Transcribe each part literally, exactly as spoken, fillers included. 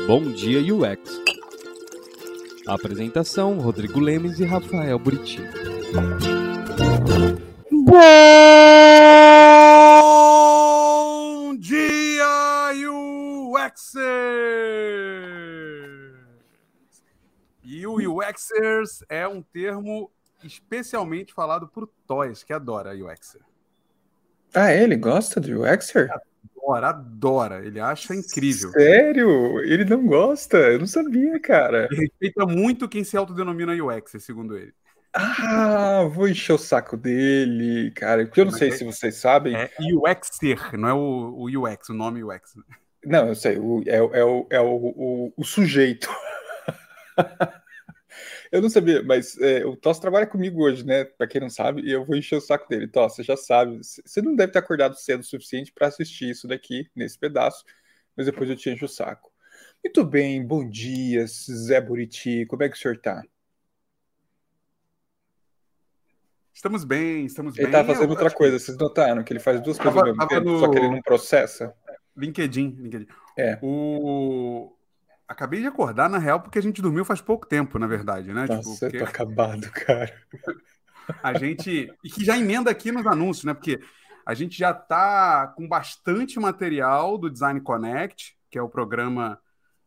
Bom Dia U X. Apresentação: Rodrigo Lemes e Rafael Buriti. Bom dia, UXers! E o UXers é um termo especialmente falado por Toys, que adora U Xer. Ah, ele gosta do UXer? Adora, adora. Ele acha incrível. Sério? Ele não gosta? Eu não sabia, cara. Ele respeita muito quem se autodenomina U Xer, segundo ele. Ah, vou encher o saco dele, cara. Porque eu não sei se vocês sabem. É UXer, não é o, o U X, o nome U X. Não, eu sei. O, é, é, o, é o, o, o sujeito. Eu não sabia, mas é, o Toss trabalha comigo hoje, né? Pra quem não sabe, e eu vou encher o saco dele. Toss, você já sabe. Você não deve ter acordado cedo o suficiente para assistir isso daqui, nesse pedaço, mas depois eu te encho o saco. Muito bem, bom dia, Zé Buriti. Como é que o senhor tá? Estamos bem, estamos Ele bem. tá fazendo Eu outra acho que- coisa, vocês notaram que ele faz duas coisas Tava- ao mesmo tava tempo, no- só que ele não processa? LinkedIn, LinkedIn. É. O... Acabei de acordar, na real, porque a gente dormiu faz pouco tempo, na verdade, né? Nossa, Tipo, eu porque tô acabado, cara. a gente... E que já emenda aqui nos anúncios, né? Porque a gente já tá com bastante material do Design Connect, que é o programa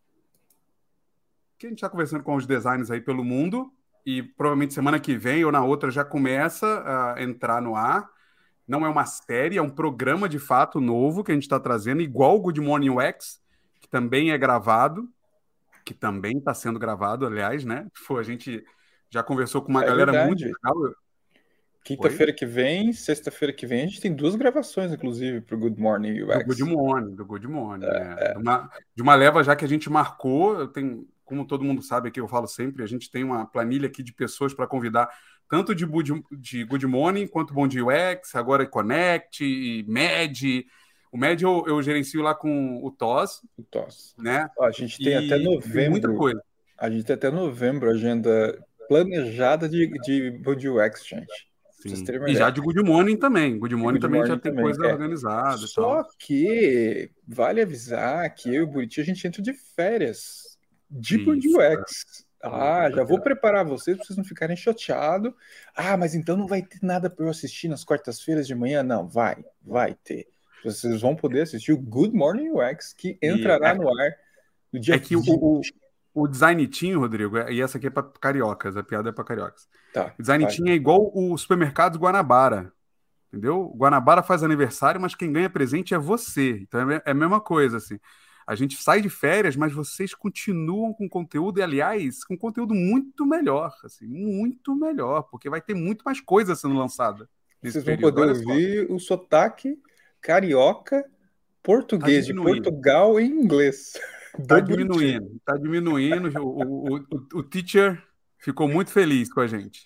que a gente tá conversando com os designers aí pelo mundo, e provavelmente semana que vem ou na outra já começa a entrar no ar. Não é uma série, é um programa de fato novo que a gente está trazendo, igual o Good Morning U X, que também é gravado, que também está sendo gravado, aliás, né? Pô, a gente já conversou com uma É galera verdade. muito legal. Quinta-feira que vem, sexta-feira que vem, a gente tem duas gravações, inclusive, pro Good Morning Do U X. Good Morning, do Good Morning, é. De, uma, de uma leva já que a gente marcou, eu tenho, como todo mundo sabe aqui, eu falo sempre, a gente tem uma planilha aqui de pessoas para convidar, tanto de Good, de Good Morning quanto Bom Dia U X, agora Connect, e Med. O Med eu, eu gerencio lá com o Toss, O Toss. né? Ó, a gente tem E até tem muita novembro. coisa. A gente tem até novembro agenda planejada de, de Bom Dia U X, gente. Pra vocês Sim. terem uma E ideia. já de Good Morning também. Good Morning Good também já Morning tem também, coisa é. organizada e Só tal. que vale avisar que eu e o Buriti a gente entra de férias de Bom Dia Isso, U cara. X. Ah, já vou preparar vocês para vocês não ficarem chateados. Ah, mas então não vai ter nada para eu assistir nas quartas-feiras de manhã? Não, vai, vai ter. Vocês vão poder assistir o Good Morning U X, que entrará é, no ar no dia É que o, o, o Design Team, Rodrigo, e essa aqui é para cariocas, a piada é para cariocas. Tá, o Design vai. Team é igual o supermercado Guanabara, entendeu? O Guanabara faz aniversário, mas quem ganha presente é você. Então é a mesma coisa, assim. A gente sai de férias, mas vocês continuam com conteúdo, e aliás, com conteúdo muito melhor, assim, muito melhor, porque vai ter muito mais coisa sendo lançada nesse Vocês vão período. poder Olha só. ouvir o sotaque carioca, português de diminuindo. Portugal e inglês. Tá do Buriti. diminuindo, tá diminuindo. O, o, o, o teacher ficou muito feliz com a gente.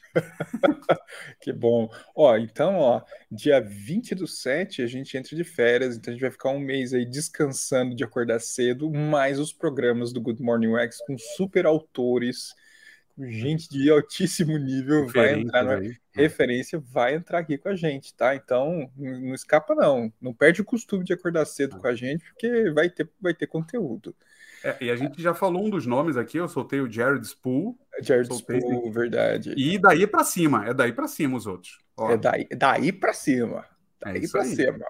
Que bom. Ó, então, ó, dia vinte do sete a gente entra de férias, então a gente vai ficar um mês aí descansando de acordar cedo, mais os programas do Good Morning U X com super autores, com gente de altíssimo nível, vai entrar na Aí, referência, vai entrar aqui com a gente, tá? Então, não não escapa não, não perde o costume de acordar cedo com a gente, porque vai ter, vai ter conteúdo. É, e a gente já falou um dos nomes aqui, eu soltei o Jared Spool. Jared soltei Spool, verdade. E daí pra cima, é daí pra cima os outros. Ó, É daí, daí para cima. É Daí isso para aí. cima.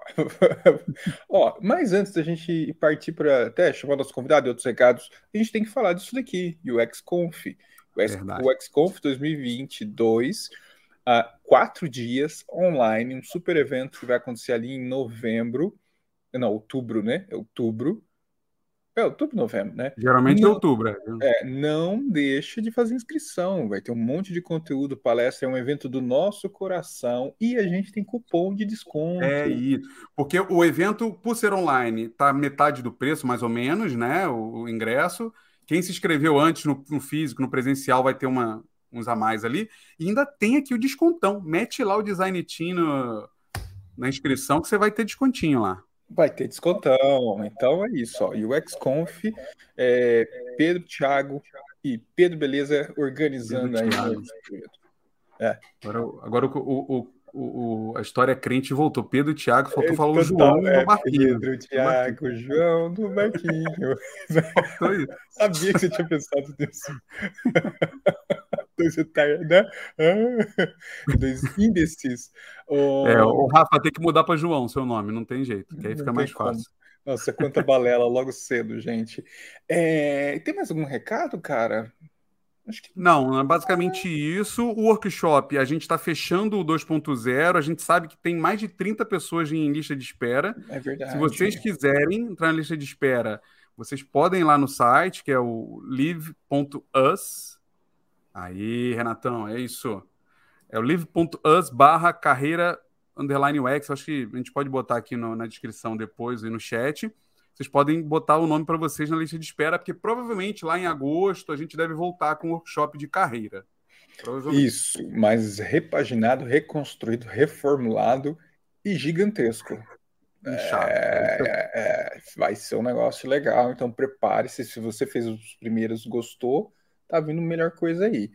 Ó, mas antes da gente partir para até chamar nosso convidado e outros recados, a gente tem que falar disso daqui, UXConf. Verdade. O UXConf dois mil e vinte e dois, uh, quatro dias online, um super evento que vai acontecer ali em novembro, não, outubro, né? É outubro. É outubro, novembro, né? Geralmente Não, é outubro. É. é, não deixe de fazer inscrição, vai ter um monte de conteúdo, palestra, é um evento do nosso coração e a gente tem cupom de desconto. É isso. Porque o evento, por ser online, tá metade do preço, mais ou menos, né? O, o ingresso. Quem se inscreveu antes no, no físico, no presencial, vai ter uma, uns a mais ali. E ainda tem aqui o descontão. Mete lá o Design Team no, na inscrição que você vai ter descontinho lá. Vai ter descontão. Então é isso, ó. UXConf, é, Pedro, Thiago e Pedro Beleza organizando Pedro, aí. Thiago. É. Agora, agora o, o, o, o- a história crente voltou. Pedro e Tiago, faltou falar o Total, João é, no barquinho. Pedro, No barquinho. Thiago, João do Barquinho. Faltou isso. Sabia que você tinha pensado nisso. Dois retardados, né? Ah, dois imbecis. É, Oh, o Rafa tem que mudar para João, seu nome, não tem jeito, que aí não fica tem mais como. fácil. Nossa, quanta balela logo cedo, gente. É, tem mais algum recado, cara? Acho que Não, é basicamente isso. O workshop, a gente está fechando o dois ponto zero. A gente sabe que tem mais de trinta pessoas em lista de espera. é Se vocês verdade. quiserem entrar na lista de espera, vocês podem ir lá no site, que é o live ponto us. Aí, Renatão, é isso. É o live ponto us barra carreira underline U X. Acho que a gente pode botar aqui no- na descrição depois e no chat. Vocês podem botar o nome para vocês na lista de espera, porque provavelmente lá em agosto a gente deve voltar com o workshop de carreira. Provavelmente. Isso, mas repaginado, reconstruído, reformulado e gigantesco. Inchado. É isso aí. É, é, vai ser um negócio legal, então prepare-se. Se você fez os primeiros, gostou, tá vindo melhor coisa aí.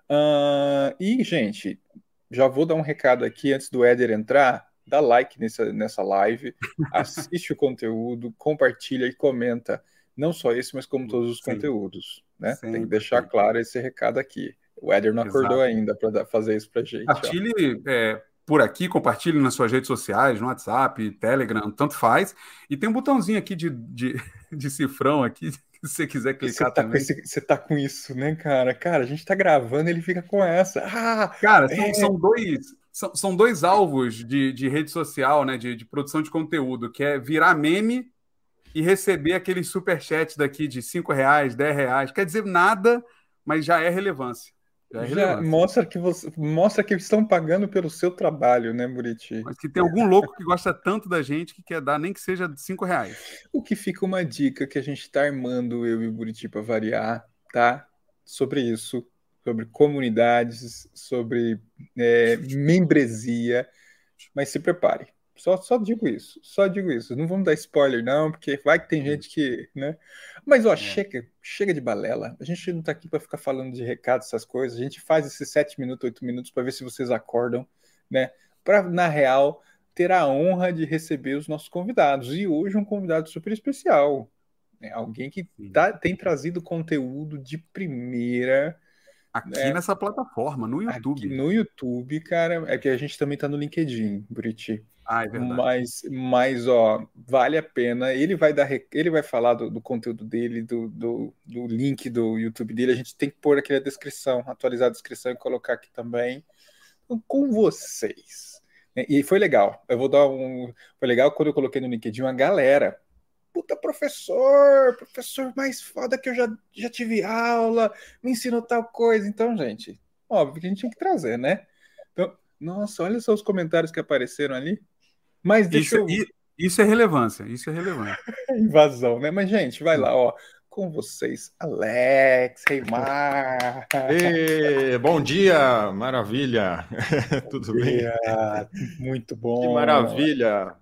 Ah, e, gente, já vou dar um recado aqui antes do Éder entrar. Dá like nessa, nessa live, assiste o conteúdo, compartilha e comenta. Não só esse, mas como todos os Sim, conteúdos, né? Tem que sempre, deixar sempre. claro esse recado aqui. O Éder não acordou Exato. ainda para fazer isso pra gente, ó. Compartilhe é, por aqui, compartilhe nas suas redes sociais, no WhatsApp, Telegram, tanto faz. E tem um botãozinho aqui de, de, de cifrão aqui, se você quiser Você clicar tá com também. esse, você tá com isso, né, cara? Cara, a gente tá gravando, ele fica com essa. Ah, Cara, é, são, são dois, são, são dois alvos de, de rede social, né, de, de produção de conteúdo, que é virar meme e receber aqueles superchats daqui de cinco reais, dez reais. Quer dizer nada, mas já é relevância. Já é já relevância. mostra que você mostra que estão pagando pelo seu trabalho, né, Buriti? Mas que tem algum louco que gosta tanto da gente que quer dar nem que seja de cinco reais. O que fica uma dica que a gente tá armando, eu e o Buriti, para variar, tá? Sobre isso, sobre comunidades, sobre é, membresia. Mas se prepare. Só, só digo isso, só digo isso. Não vamos dar spoiler, não, porque vai que tem gente que, né? Mas, ó, É. chega, chega de balela. A gente não tá aqui para ficar falando de recado, essas coisas. A gente faz esses sete minutos, oito minutos para ver se vocês acordam, né? Para, na real, ter a honra de receber os nossos convidados. E hoje um convidado super especial, né? Alguém que tá, tem trazido conteúdo de primeira. Aqui Né? nessa plataforma, no Aqui YouTube. no YouTube, cara, é que a gente também tá no LinkedIn, Buriti. Ah, é verdade. Mas, mas, ó, vale a pena. Ele vai dar, rec- ele vai falar do, do conteúdo dele, do, do, do link do YouTube dele. A gente tem que pôr aqui na descrição, atualizar a descrição e colocar aqui também. Então, com vocês. Né? E foi legal. Eu vou dar um. Foi legal quando eu coloquei no LinkedIn uma galera. Puta professor, professor mais foda que eu já, já tive aula, me ensinou tal coisa. Então, gente, óbvio que a gente tinha que trazer, né? Então, nossa, olha só os comentários que apareceram ali. Mas deixa Isso, eu. i- isso é relevância, isso é relevância. Invasão, né? Mas, gente, vai lá, ó. Com vocês, Alex, Reimar. Ê, bom dia, maravilha. Tudo bem? Yeah, muito Que bom. maravilha.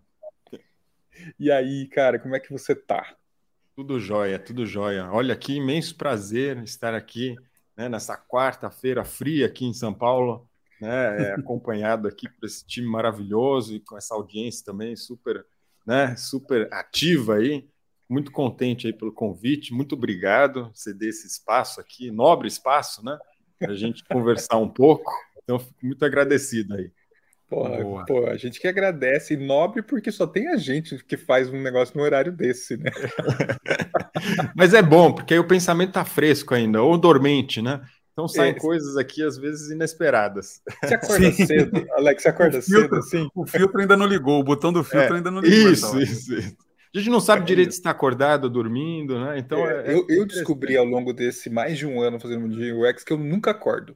E aí, cara, como é que você tá? Tudo jóia, tudo jóia. Olha, que imenso prazer estar aqui, né, nessa quarta-feira fria aqui em São Paulo, né, é, acompanhado aqui por esse time maravilhoso e com essa audiência também super, né, super ativa aí. Muito contente aí pelo convite. Muito obrigado por ceder esse espaço aqui, nobre espaço, né, para a gente conversar um pouco. Então, fico muito agradecido aí. Porra, pô, a gente que agradece, e nobre porque só tem a gente que faz um negócio no horário desse, né? Mas é bom, porque aí o pensamento tá fresco ainda, ou dormente, né? Então saem É, coisas aqui, às vezes, inesperadas. Você acorda Sim. cedo, Alex, você acorda O filtro, cedo assim? o filtro ainda não ligou, o botão do filtro É, ainda não ligou. essa isso, hora. isso, isso. A gente não sabe direito se está acordado ou dormindo, né? Então é, é eu, eu descobri ao longo desse mais de um ano fazendo um U X que eu nunca acordo.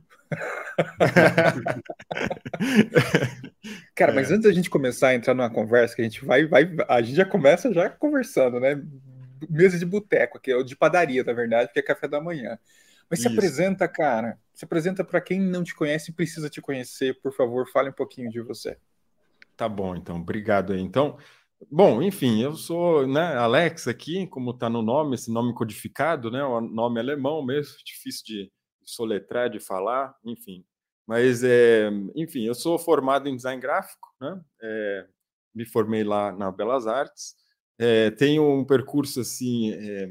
Cara, mas É. antes da gente começar a entrar numa conversa, que a gente vai, vai, a gente já começa já conversando, né? Mesa de boteco, que é o de padaria, na verdade, que é café da manhã. Mas se Isso. apresenta, cara. Se apresenta para quem não te conhece e precisa te conhecer. Por favor, fale um pouquinho de você. Tá bom, então, obrigado aí. Então, bom, enfim, eu sou, né, Alex aqui, como está no nome, esse nome codificado, né, o nome alemão mesmo, difícil de soletrar, de falar, enfim. Mas, é, enfim, eu sou formado em design gráfico, né? É, me formei lá na Belas Artes, é, tenho um percurso assim é,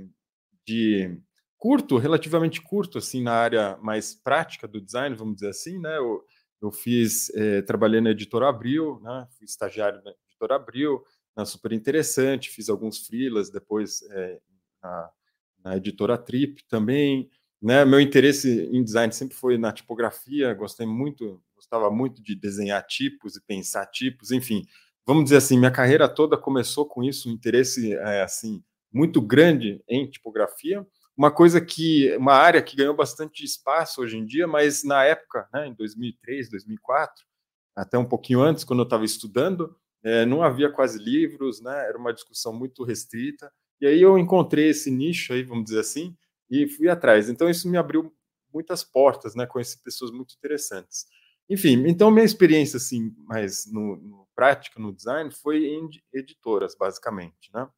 de curto, relativamente curto, assim, na área mais prática do design, vamos dizer assim, né? Eu, eu fiz, é, trabalhei na Editora Abril, né? Fui estagiário na Editora Abril, né? Super interessante, fiz alguns freelas depois é, na, na Editora Trip também, né? Meu interesse em design sempre foi na tipografia, gostei muito, gostava muito de desenhar tipos e pensar tipos, enfim, vamos dizer assim, minha carreira toda começou com isso, um interesse é, assim muito grande em tipografia, uma coisa que, uma área que ganhou bastante espaço hoje em dia, mas na época, né, em dois mil e três, dois mil e quatro, até um pouquinho antes, quando eu estava estudando, é, não havia quase livros, né, era uma discussão muito restrita, e aí eu encontrei esse nicho aí, vamos dizer assim, e fui atrás. Então isso me abriu muitas portas, né, conheci pessoas muito interessantes. Enfim, então minha experiência assim, mais no, no prática, no design, foi em editoras, basicamente, né?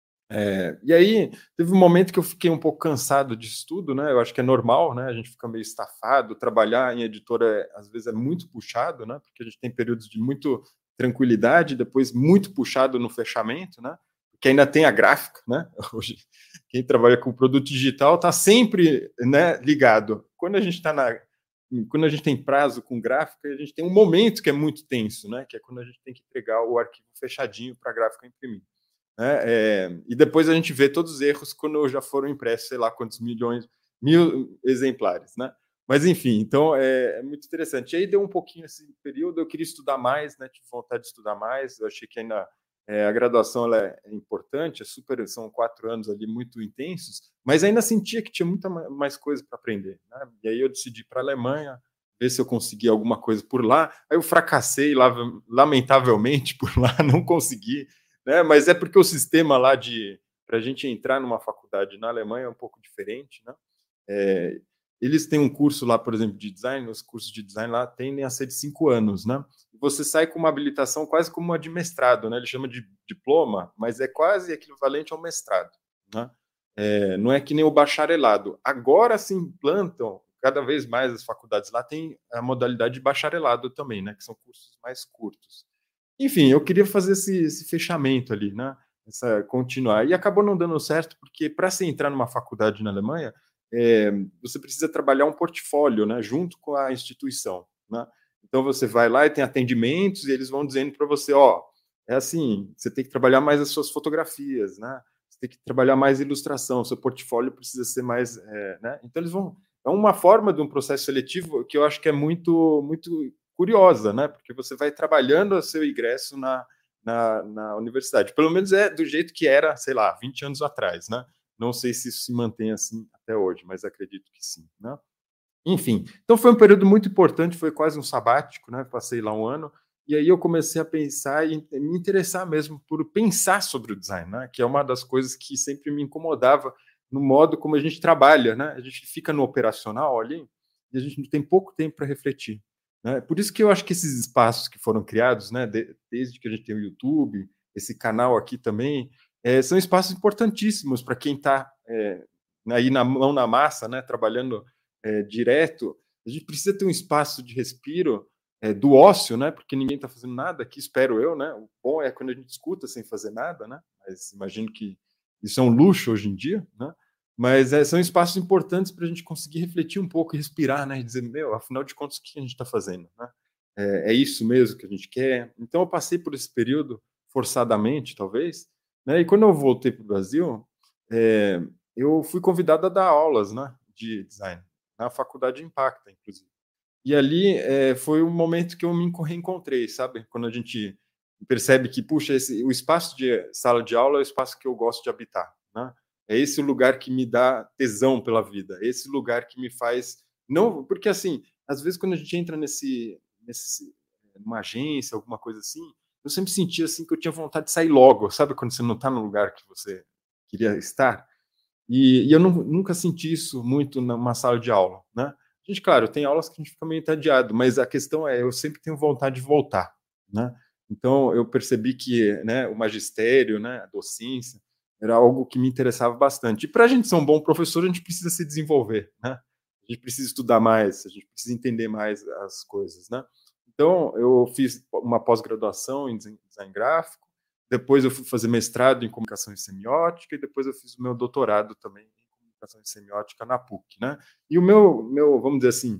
É, e aí, teve um momento que eu fiquei um pouco cansado de estudo, né? Eu acho que é normal, né? A gente fica meio estafado, trabalhar em editora, é, às vezes, é muito puxado, né? Porque a gente tem períodos de muito tranquilidade, depois muito puxado no fechamento, né? Porque ainda tem a gráfica, né? Hoje, quem trabalha com produto digital está sempre, né, ligado. Quando a gente está na... Quando a gente tem prazo com gráfica, a gente tem um momento que é muito tenso, né? Que é quando a gente tem que entregar o arquivo fechadinho para a gráfica imprimir. Né? É, e depois a gente vê todos os erros quando já foram impressos, sei lá quantos milhões, mil exemplares, né? Mas enfim, então é, é muito interessante. E aí deu um pouquinho esse período, eu queria estudar mais, né? Tive vontade de estudar mais, eu achei que ainda é, a graduação ela é, é importante, é super, são quatro anos ali muito intensos, mas ainda sentia que tinha muita mais coisa para aprender, né? E aí eu decidi ir para a Alemanha, ver se eu conseguia alguma coisa por lá. Aí eu fracassei, lamentavelmente, por lá, não consegui. Né? Mas é porque o sistema lá de para a gente entrar numa faculdade na Alemanha é um pouco diferente, né? É, eles têm um curso lá, por exemplo, de design, os cursos de design lá tendem a ser de cinco anos, né? Você sai com uma habilitação quase como uma de mestrado, né? Ele chama de diploma, mas é quase equivalente ao mestrado, né? É, não é que nem o bacharelado. Agora se implantam cada vez mais as faculdades lá têm a modalidade de bacharelado também, né? Que são cursos mais curtos. Enfim, eu queria fazer esse, esse fechamento ali, né? Essa, continuar. E acabou não dando certo, porque para você entrar numa faculdade na Alemanha, é, você precisa trabalhar um portfólio, né? Junto com a instituição, né? Então você vai lá e tem atendimentos e eles vão dizendo para você, ó, é assim, você tem que trabalhar mais as suas fotografias, né? Você tem que trabalhar mais ilustração, seu portfólio precisa ser mais, é, né? Então eles vão, é uma forma de um processo seletivo que eu acho que é muito, muito curiosa, né? Porque você vai trabalhando o seu ingresso na, na, na universidade. Pelo menos é do jeito que era, sei lá, vinte anos atrás, né? Não sei se isso se mantém assim até hoje, mas acredito que sim, né? Enfim, então foi um período muito importante, foi quase um sabático, né? Passei lá um ano, e aí eu comecei a pensar e me interessar mesmo por pensar sobre o design, né? Que é uma das coisas que sempre me incomodava no modo como a gente trabalha, né? A gente fica no operacional ali e a gente tem pouco tempo para refletir. Né? Por isso que eu acho que esses espaços que foram criados, né, desde que a gente tem o YouTube, esse canal aqui também, é, são espaços importantíssimos para quem está é, aí na mão na massa, né, trabalhando é, direto. A gente precisa ter um espaço de respiro é, do ócio, né, porque ninguém está fazendo nada aqui, espero eu. Né? O bom é quando a gente escuta sem fazer nada, né? Mas imagino que isso é um luxo hoje em dia, né? Mas é, são espaços importantes para a gente conseguir refletir um pouco e respirar, né? E dizer, meu, afinal de contas, o que a gente está fazendo? Né? É, é isso mesmo que a gente quer? Então, eu passei por esse período, forçadamente, talvez, né? E quando eu voltei para o Brasil, é, eu fui convidado a dar aulas, né, de design, na Faculdade Impacta, inclusive. E ali é, foi um momento que eu me reencontrei, sabe? Quando a gente percebe que, puxa, esse, o espaço de sala de aula é o espaço que eu gosto de habitar, né? É esse o lugar que me dá tesão pela vida, é esse lugar que me faz... não Porque, assim, às vezes quando a gente entra nesse, nesse numa agência, alguma coisa assim, eu sempre sentia assim, que eu tinha vontade de sair logo, sabe? Quando você não está no lugar que você queria estar. E, e eu não, nunca senti isso muito numa sala de aula, né? Gente, claro, tem aulas que a gente fica meio entediado, mas a questão é, eu sempre tenho vontade de voltar, né? Então, eu percebi que, né, o magistério, né, a docência, era algo que me interessava bastante. E para a gente ser um bom professor, a gente precisa se desenvolver, né? A a gente precisa estudar mais, a gente precisa entender mais as coisas, né? Então, eu fiz uma pós-graduação em design gráfico, depois eu fui fazer mestrado em comunicação e semiótica, e depois eu fiz o meu doutorado também em comunicação e semiótica na P U C, né? E o meu, meu, vamos dizer assim,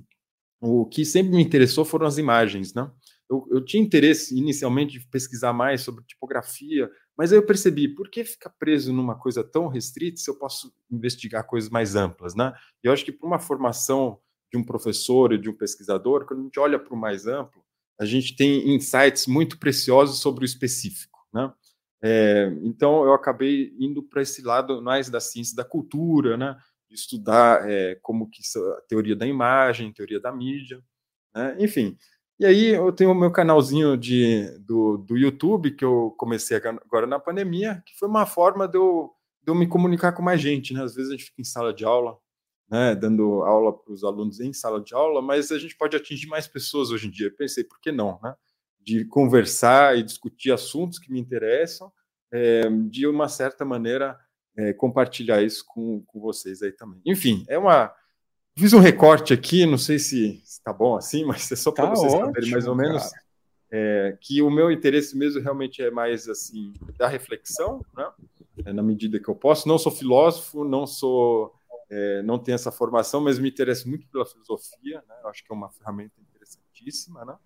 o que sempre me interessou foram as imagens, né? Eu, eu tinha interesse inicialmente de pesquisar mais sobre tipografia, mas aí eu percebi, por que ficar preso numa coisa tão restrita se eu posso investigar coisas mais amplas, né? E eu acho que para uma formação de um professor e de um pesquisador, quando a gente olha para o mais amplo, a gente tem insights muito preciosos sobre o específico, né? É, então, eu acabei indo para esse lado mais da ciência da cultura, né? De estudar é, como que a teoria da imagem, teoria da mídia, né? Enfim. E aí eu tenho o meu canalzinho de, do, do YouTube, que eu comecei agora na pandemia, que foi uma forma de eu, de eu me comunicar com mais gente, né? Às vezes a gente fica em sala de aula, né, dando aula para os alunos em sala de aula, mas a gente pode atingir mais pessoas hoje em dia. Eu pensei, por que não, né? De conversar e discutir assuntos que me interessam, é, de uma certa maneira é, compartilhar isso com, com vocês aí também. Enfim, é uma... Fiz um recorte aqui, não sei se está bom assim, mas é só para Tá vocês ótimo, saberem mais ou menos é, que o meu interesse mesmo realmente é mais assim da reflexão, né? É, na medida que eu posso. Não sou filósofo, não sou... É, não tenho essa formação, mas me interesso muito pela filosofia, né? Eu acho que é uma ferramenta interessantíssima, né?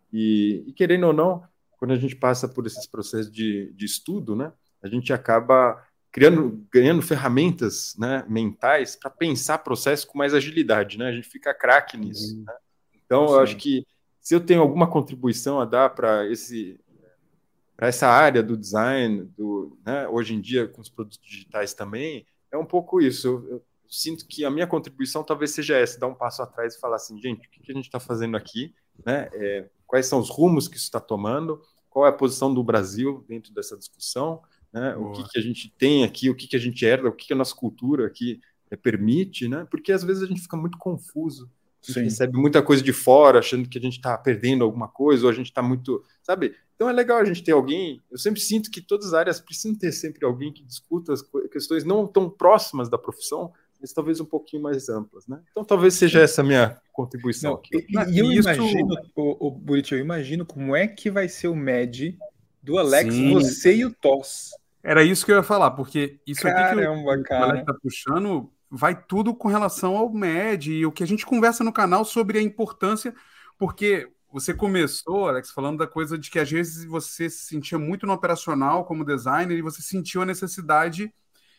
E, e querendo ou não, quando a gente passa por esses processos de, de estudo, né, a gente acaba criando, ganhando ferramentas, né, mentais para pensar processos com mais agilidade, né? A gente fica craque nisso, né? Então, Sim. eu acho que se eu tenho alguma contribuição a dar para esse para essa área do design, do, né, hoje em dia com os produtos digitais também, é um pouco isso. Eu, eu sinto que a minha contribuição talvez seja essa, dar um passo atrás e falar assim, gente, o que, que a gente está fazendo aqui, né? É, quais são os rumos que isso está tomando, qual é a posição do Brasil dentro dessa discussão, né? O que, que a gente tem aqui, o que, que a gente herda, o que, que a nossa cultura aqui é, permite, né? Porque às vezes a gente fica muito confuso, a gente Sim. recebe muita coisa de fora, achando que a gente está perdendo alguma coisa, ou a gente está muito, sabe? Então é legal a gente ter alguém, eu sempre sinto que todas as áreas precisam ter sempre alguém que discuta as questões não tão próximas da profissão, mas talvez um pouquinho mais amplas, né? Então talvez seja essa a minha contribuição não, aqui. E, e eu isso... imagino, o, o Buriti, eu imagino como é que vai ser o M E D do Alex, Sim. você e o Toss. Era isso que eu ia falar, porque isso Caramba, aqui que o, o Alex tá puxando vai tudo com relação ao M E D e o que a gente conversa no canal sobre a importância, porque você começou, Alex, falando da coisa de que às vezes você se sentia muito no operacional como designer e você sentiu a necessidade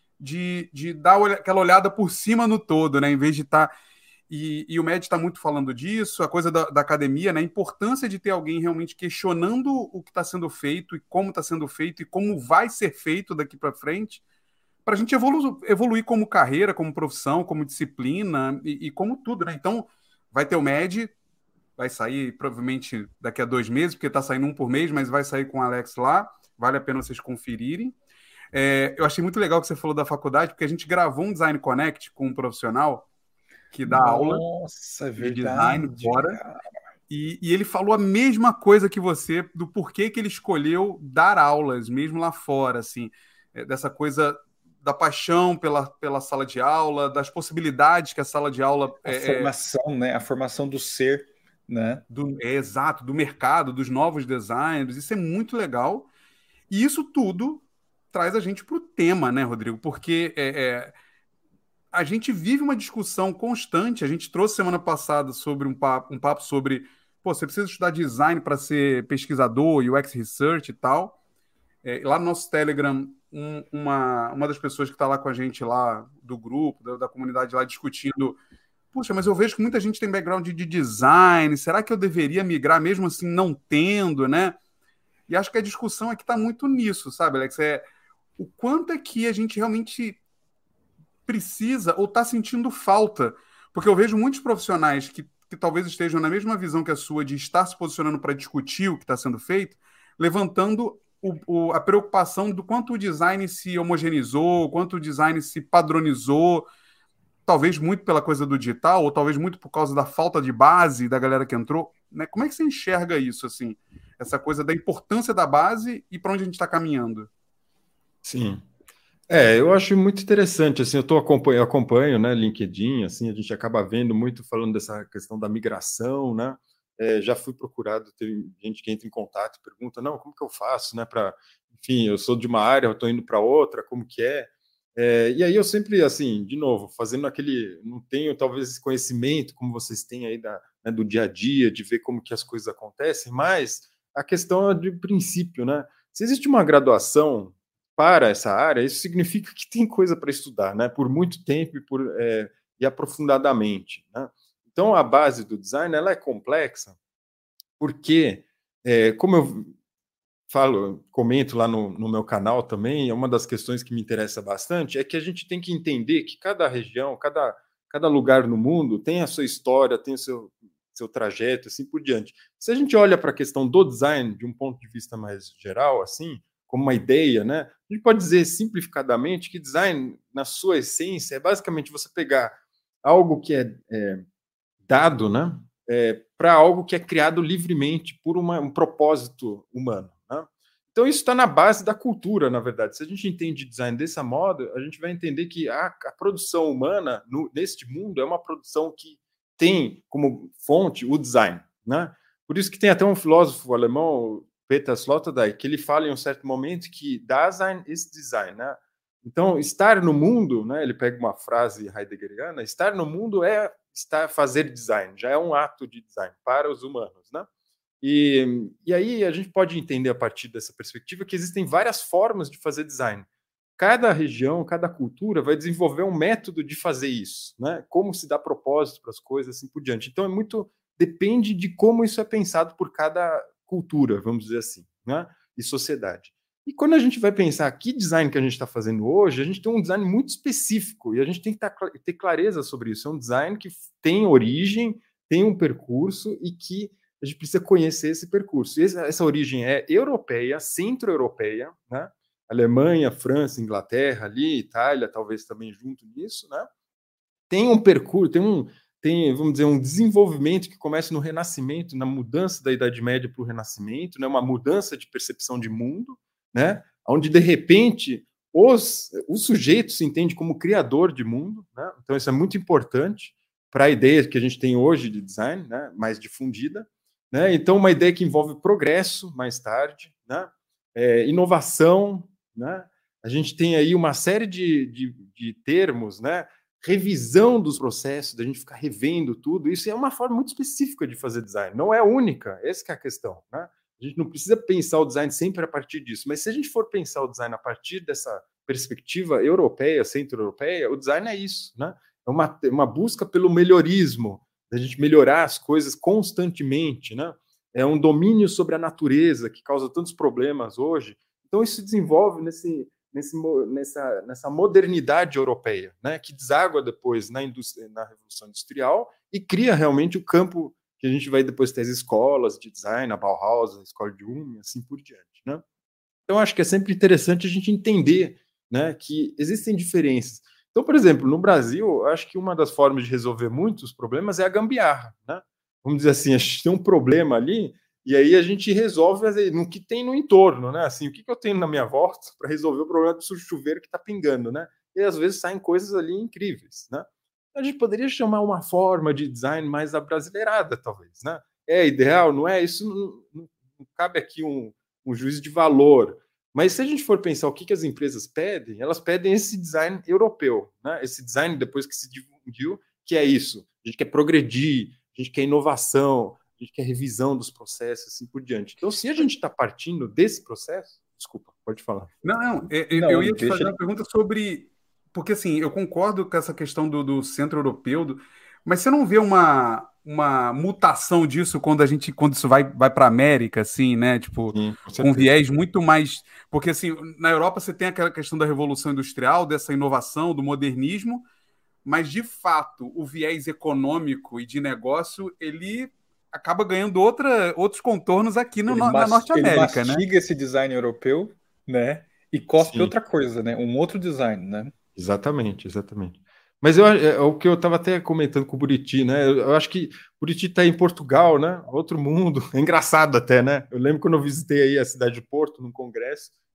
De, de dar aquela olhada por cima no todo, né? Em vez de estar... Tá... E, e o M E D está muito falando disso, a coisa da, da academia, né? A importância de ter alguém realmente questionando o que está sendo feito e como está sendo feito e como vai ser feito daqui para frente, para a gente evolu evoluir como carreira, como profissão, como disciplina e, e como tudo, né? Então, vai ter o M E D, vai sair provavelmente daqui a dois meses, porque está saindo um por mês, mas vai sair com o Alex lá, vale a pena vocês conferirem. É, eu achei muito legal que você falou da faculdade, porque a gente gravou um Design Connect com um profissional que dá Nossa, aula é de design fora, e, e ele falou a mesma coisa que você, do porquê que ele escolheu dar aulas, mesmo lá fora, assim, é, dessa coisa da paixão pela, pela sala de aula, das possibilidades que a sala de aula... A é, formação, é, né? A formação do ser, né? Do, é, exato, do mercado, dos novos designers, isso é muito legal, e isso tudo traz a gente para o tema, né, Rodrigo? Porque é, é, a gente vive uma discussão constante. A gente trouxe semana passada sobre um papo, um papo sobre, pô, você precisa estudar design para ser pesquisador, U X Research e tal. É, lá no nosso Telegram, um, uma, uma das pessoas que está lá com a gente lá do grupo, da, da comunidade lá discutindo, puxa, mas eu vejo que muita gente tem background de, de design, será que eu deveria migrar mesmo assim não tendo, né? E acho que a discussão aqui está muito nisso, sabe, Alex? É o quanto é que a gente realmente precisa ou está sentindo falta. Porque eu vejo muitos profissionais que, que talvez estejam na mesma visão que a sua de estar se posicionando para discutir o que está sendo feito, levantando o, o, a preocupação do quanto o design se homogeneizou, quanto o design se padronizou, talvez muito pela coisa do digital, ou talvez muito por causa da falta de base da galera que entrou. Né? Como é que você enxerga isso, assim? Essa coisa da importância da base e para onde a gente está caminhando? Sim. É, eu acho muito interessante, assim, eu tô acompanho, eu acompanho, né, LinkedIn, assim, a gente acaba vendo muito falando dessa questão da migração, né, é, já fui procurado, tem gente que entra em contato e pergunta, não, como que eu faço, né, para, enfim, eu sou de uma área, eu estou indo para outra, como que é? É, e aí eu sempre, assim, de novo, fazendo aquele, não tenho talvez esse conhecimento como vocês têm aí da, né, do dia a dia, de ver como que as coisas acontecem, mas a questão é de princípio, né, se existe uma graduação para essa área, isso significa que tem coisa para estudar, né? Por muito tempo e, por, é, e aprofundadamente. Né? Então, a base do design ela é complexa, porque, é, como eu falo, comento lá no, no meu canal também, é uma das questões que me interessa bastante, é que a gente tem que entender que cada região, cada, cada lugar no mundo tem a sua história, tem o seu, seu trajeto, assim por diante. Se a gente olha para a questão do design de um ponto de vista mais geral, assim, como uma ideia, né? A gente pode dizer simplificadamente que design, na sua essência, é basicamente você pegar algo que é, é dado, né? É, para algo que é criado livremente por uma, um propósito humano. Né? Então, isso está na base da cultura, na verdade. Se a gente entende design dessa moda, a gente vai entender que a, a produção humana no, neste mundo é uma produção que tem como fonte o design. Né? Por isso que tem até um filósofo alemão, Peter Sloterdijk, que ele fala em um certo momento que Dasein ist Design. Né? Então, estar no mundo, né, ele pega uma frase heideggeriana, estar no mundo é estar, fazer design, já é um ato de design para os humanos. Né? E, e aí a gente pode entender a partir dessa perspectiva que existem várias formas de fazer design. Cada região, cada cultura vai desenvolver um método de fazer isso, né? Como se dá propósito para as coisas, assim por diante. Então, é muito, depende de como isso é pensado por cada cultura, vamos dizer assim, né? E sociedade. E quando a gente vai pensar que design que a gente está fazendo hoje, a gente tem um design muito específico e a gente tem que tá, ter clareza sobre isso. É um design que tem origem, tem um percurso e que a gente precisa conhecer esse percurso. E essa, essa origem é europeia, centro-europeia, né? Alemanha, França, Inglaterra, ali, Itália, talvez também junto nisso, né? Tem um percurso, tem um, tem, vamos dizer, um desenvolvimento que começa no Renascimento, na mudança da Idade Média para o Renascimento, né? Uma mudança de percepção de mundo, né? Onde de repente os, o sujeito se entende como criador de mundo, né? Então isso é muito importante para a ideia que a gente tem hoje de design, né? Mais difundida, né? Então uma ideia que envolve progresso mais tarde, né? É, inovação, né? A gente tem aí uma série de, de, de termos, né? Revisão dos processos, da gente ficar revendo tudo, isso é uma forma muito específica de fazer design, não é única, essa que é a questão, né? A gente não precisa pensar o design sempre a partir disso, mas se a gente for pensar o design a partir dessa perspectiva europeia, centro-europeia, o design é isso, né? É uma, uma busca pelo melhorismo, da gente melhorar as coisas constantemente, né? É um domínio sobre a natureza que causa tantos problemas hoje. Então, isso se desenvolve nesse, nesse, nessa, nessa modernidade europeia, né? Que deságua depois na, indústria, na Revolução Industrial e cria realmente o campo que a gente vai depois ter as escolas de design, a Bauhaus, a Escola de Ulm, assim por diante, né? Então, acho que é sempre interessante a gente entender, né, que existem diferenças. Então, por exemplo, no Brasil, acho que uma das formas de resolver muitos problemas é a gambiarra, né? Vamos dizer assim, a gente tem um problema ali, e aí a gente resolve no que tem no entorno, né? Assim, o que, que eu tenho na minha volta para resolver o problema do chuveiro que está pingando, né? E às vezes saem coisas ali incríveis, né? A gente poderia chamar uma forma de design mais abrasileirada, talvez, né? É ideal, não é? Isso não, não, não cabe aqui um, um juízo de valor. Mas se a gente for pensar o que, que as empresas pedem, elas pedem esse design europeu, né? Esse design depois que se difundiu, que é isso. A gente quer progredir, a gente quer inovação, a gente quer revisão dos processos, assim por diante. Então, se a gente está partindo desse processo, desculpa, pode falar. Não, não, eu, não, eu ia te fazer uma pergunta sobre, porque assim, eu concordo com essa questão do, do centro europeu, do, mas você não vê uma, uma mutação disso quando a gente, quando isso vai, vai para a América, assim, né? Tipo, Sim, com, com viés muito mais, porque assim, na Europa você tem aquela questão da Revolução Industrial, dessa inovação, do modernismo, mas de fato o viés econômico e de negócio ele acaba ganhando outra, outros contornos aqui no, na Norte América, né? Ele mastiga esse design europeu, né? E cospe Sim. outra coisa, né? Um outro design, né? Exatamente, exatamente. Mas eu, é, o que eu estava até comentando com o Buriti, né? Eu, eu acho que o Buriti está em Portugal, né? Outro mundo. É engraçado até, né? Eu lembro quando eu visitei aí a cidade de Porto, num congresso,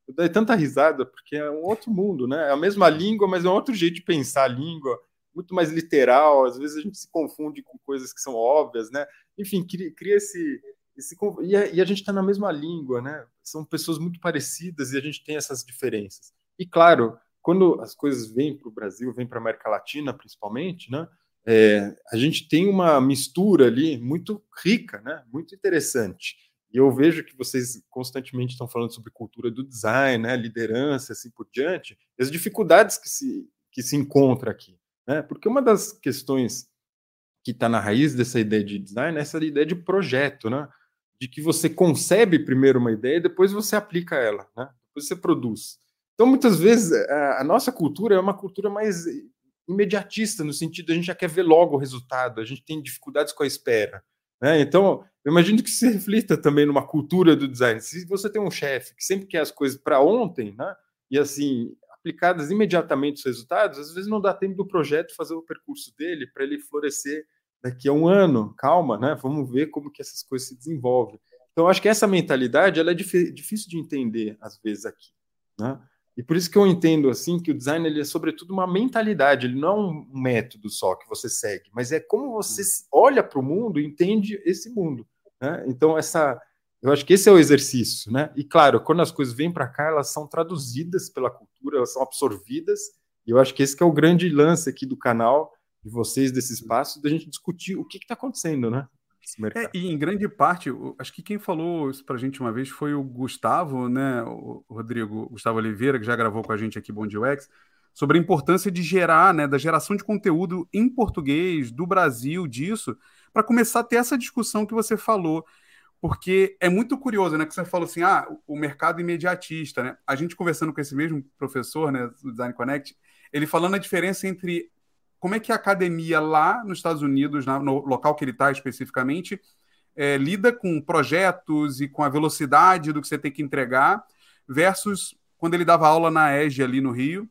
eu dei tanta risada, porque é um outro mundo, né? É a mesma língua, mas é um outro jeito de pensar a língua, muito mais literal, às vezes a gente se confunde com coisas que são óbvias, né? Enfim, cria, cria esse... esse e, a, e a gente está na mesma língua, né? São pessoas muito parecidas e a gente tem essas diferenças. E, claro, quando as coisas vêm para o Brasil, vêm para a América Latina, principalmente, né? É, a gente tem uma mistura ali muito rica, né? Muito interessante. E eu vejo que vocês constantemente estão falando sobre cultura do design, né? Liderança, assim por diante, e as dificuldades que se, que se encontra aqui, né? Porque uma das questões que está na raiz dessa ideia de design é essa ideia de projeto, né? De que você concebe primeiro uma ideia e depois você aplica ela, né? Depois você produz. Então, muitas vezes, a, a nossa cultura é uma cultura mais imediatista, no sentido de a gente já quer ver logo o resultado, a gente tem dificuldades com a espera, né? Então, eu imagino que se reflita também numa cultura do design. Se você tem um chefe que sempre quer as coisas para ontem, né? E assim, aplicadas imediatamente os resultados, às vezes não dá tempo do projeto fazer o percurso dele para ele florescer daqui a um ano. Calma, né? Vamos ver como que essas coisas se desenvolvem. Então, acho que essa mentalidade ela é dif- difícil de entender, às vezes, aqui, né? E por isso que eu entendo assim que o design ele é sobretudo uma mentalidade, ele não é um método só que você segue, mas é como você olha para o mundo e entende esse mundo, né? Então essa, eu acho que esse é o exercício, né? E claro, quando as coisas vêm para cá, elas são traduzidas pela cultura, elas são absorvidas. E eu acho que esse que é o grande lance aqui do canal de vocês desse espaço, da gente discutir o que está acontecendo, né? É, e em grande parte, acho que quem falou isso pra gente uma vez foi o Gustavo, né, o Rodrigo, Gustavo Oliveira, que já gravou com a gente aqui, Bom Dia U X, sobre a importância de gerar, né, da geração de conteúdo em português, do Brasil, disso, para começar a ter essa discussão que você falou. Porque é muito curioso, né, que você falou assim, ah, o mercado imediatista, né? A gente conversando com esse mesmo professor, né, do Design Connect, ele falando a diferença entre como é que a academia lá nos Estados Unidos, no local que ele está especificamente, é, lida com projetos e com a velocidade do que você tem que entregar, versus quando ele dava aula na E S G ali no Rio,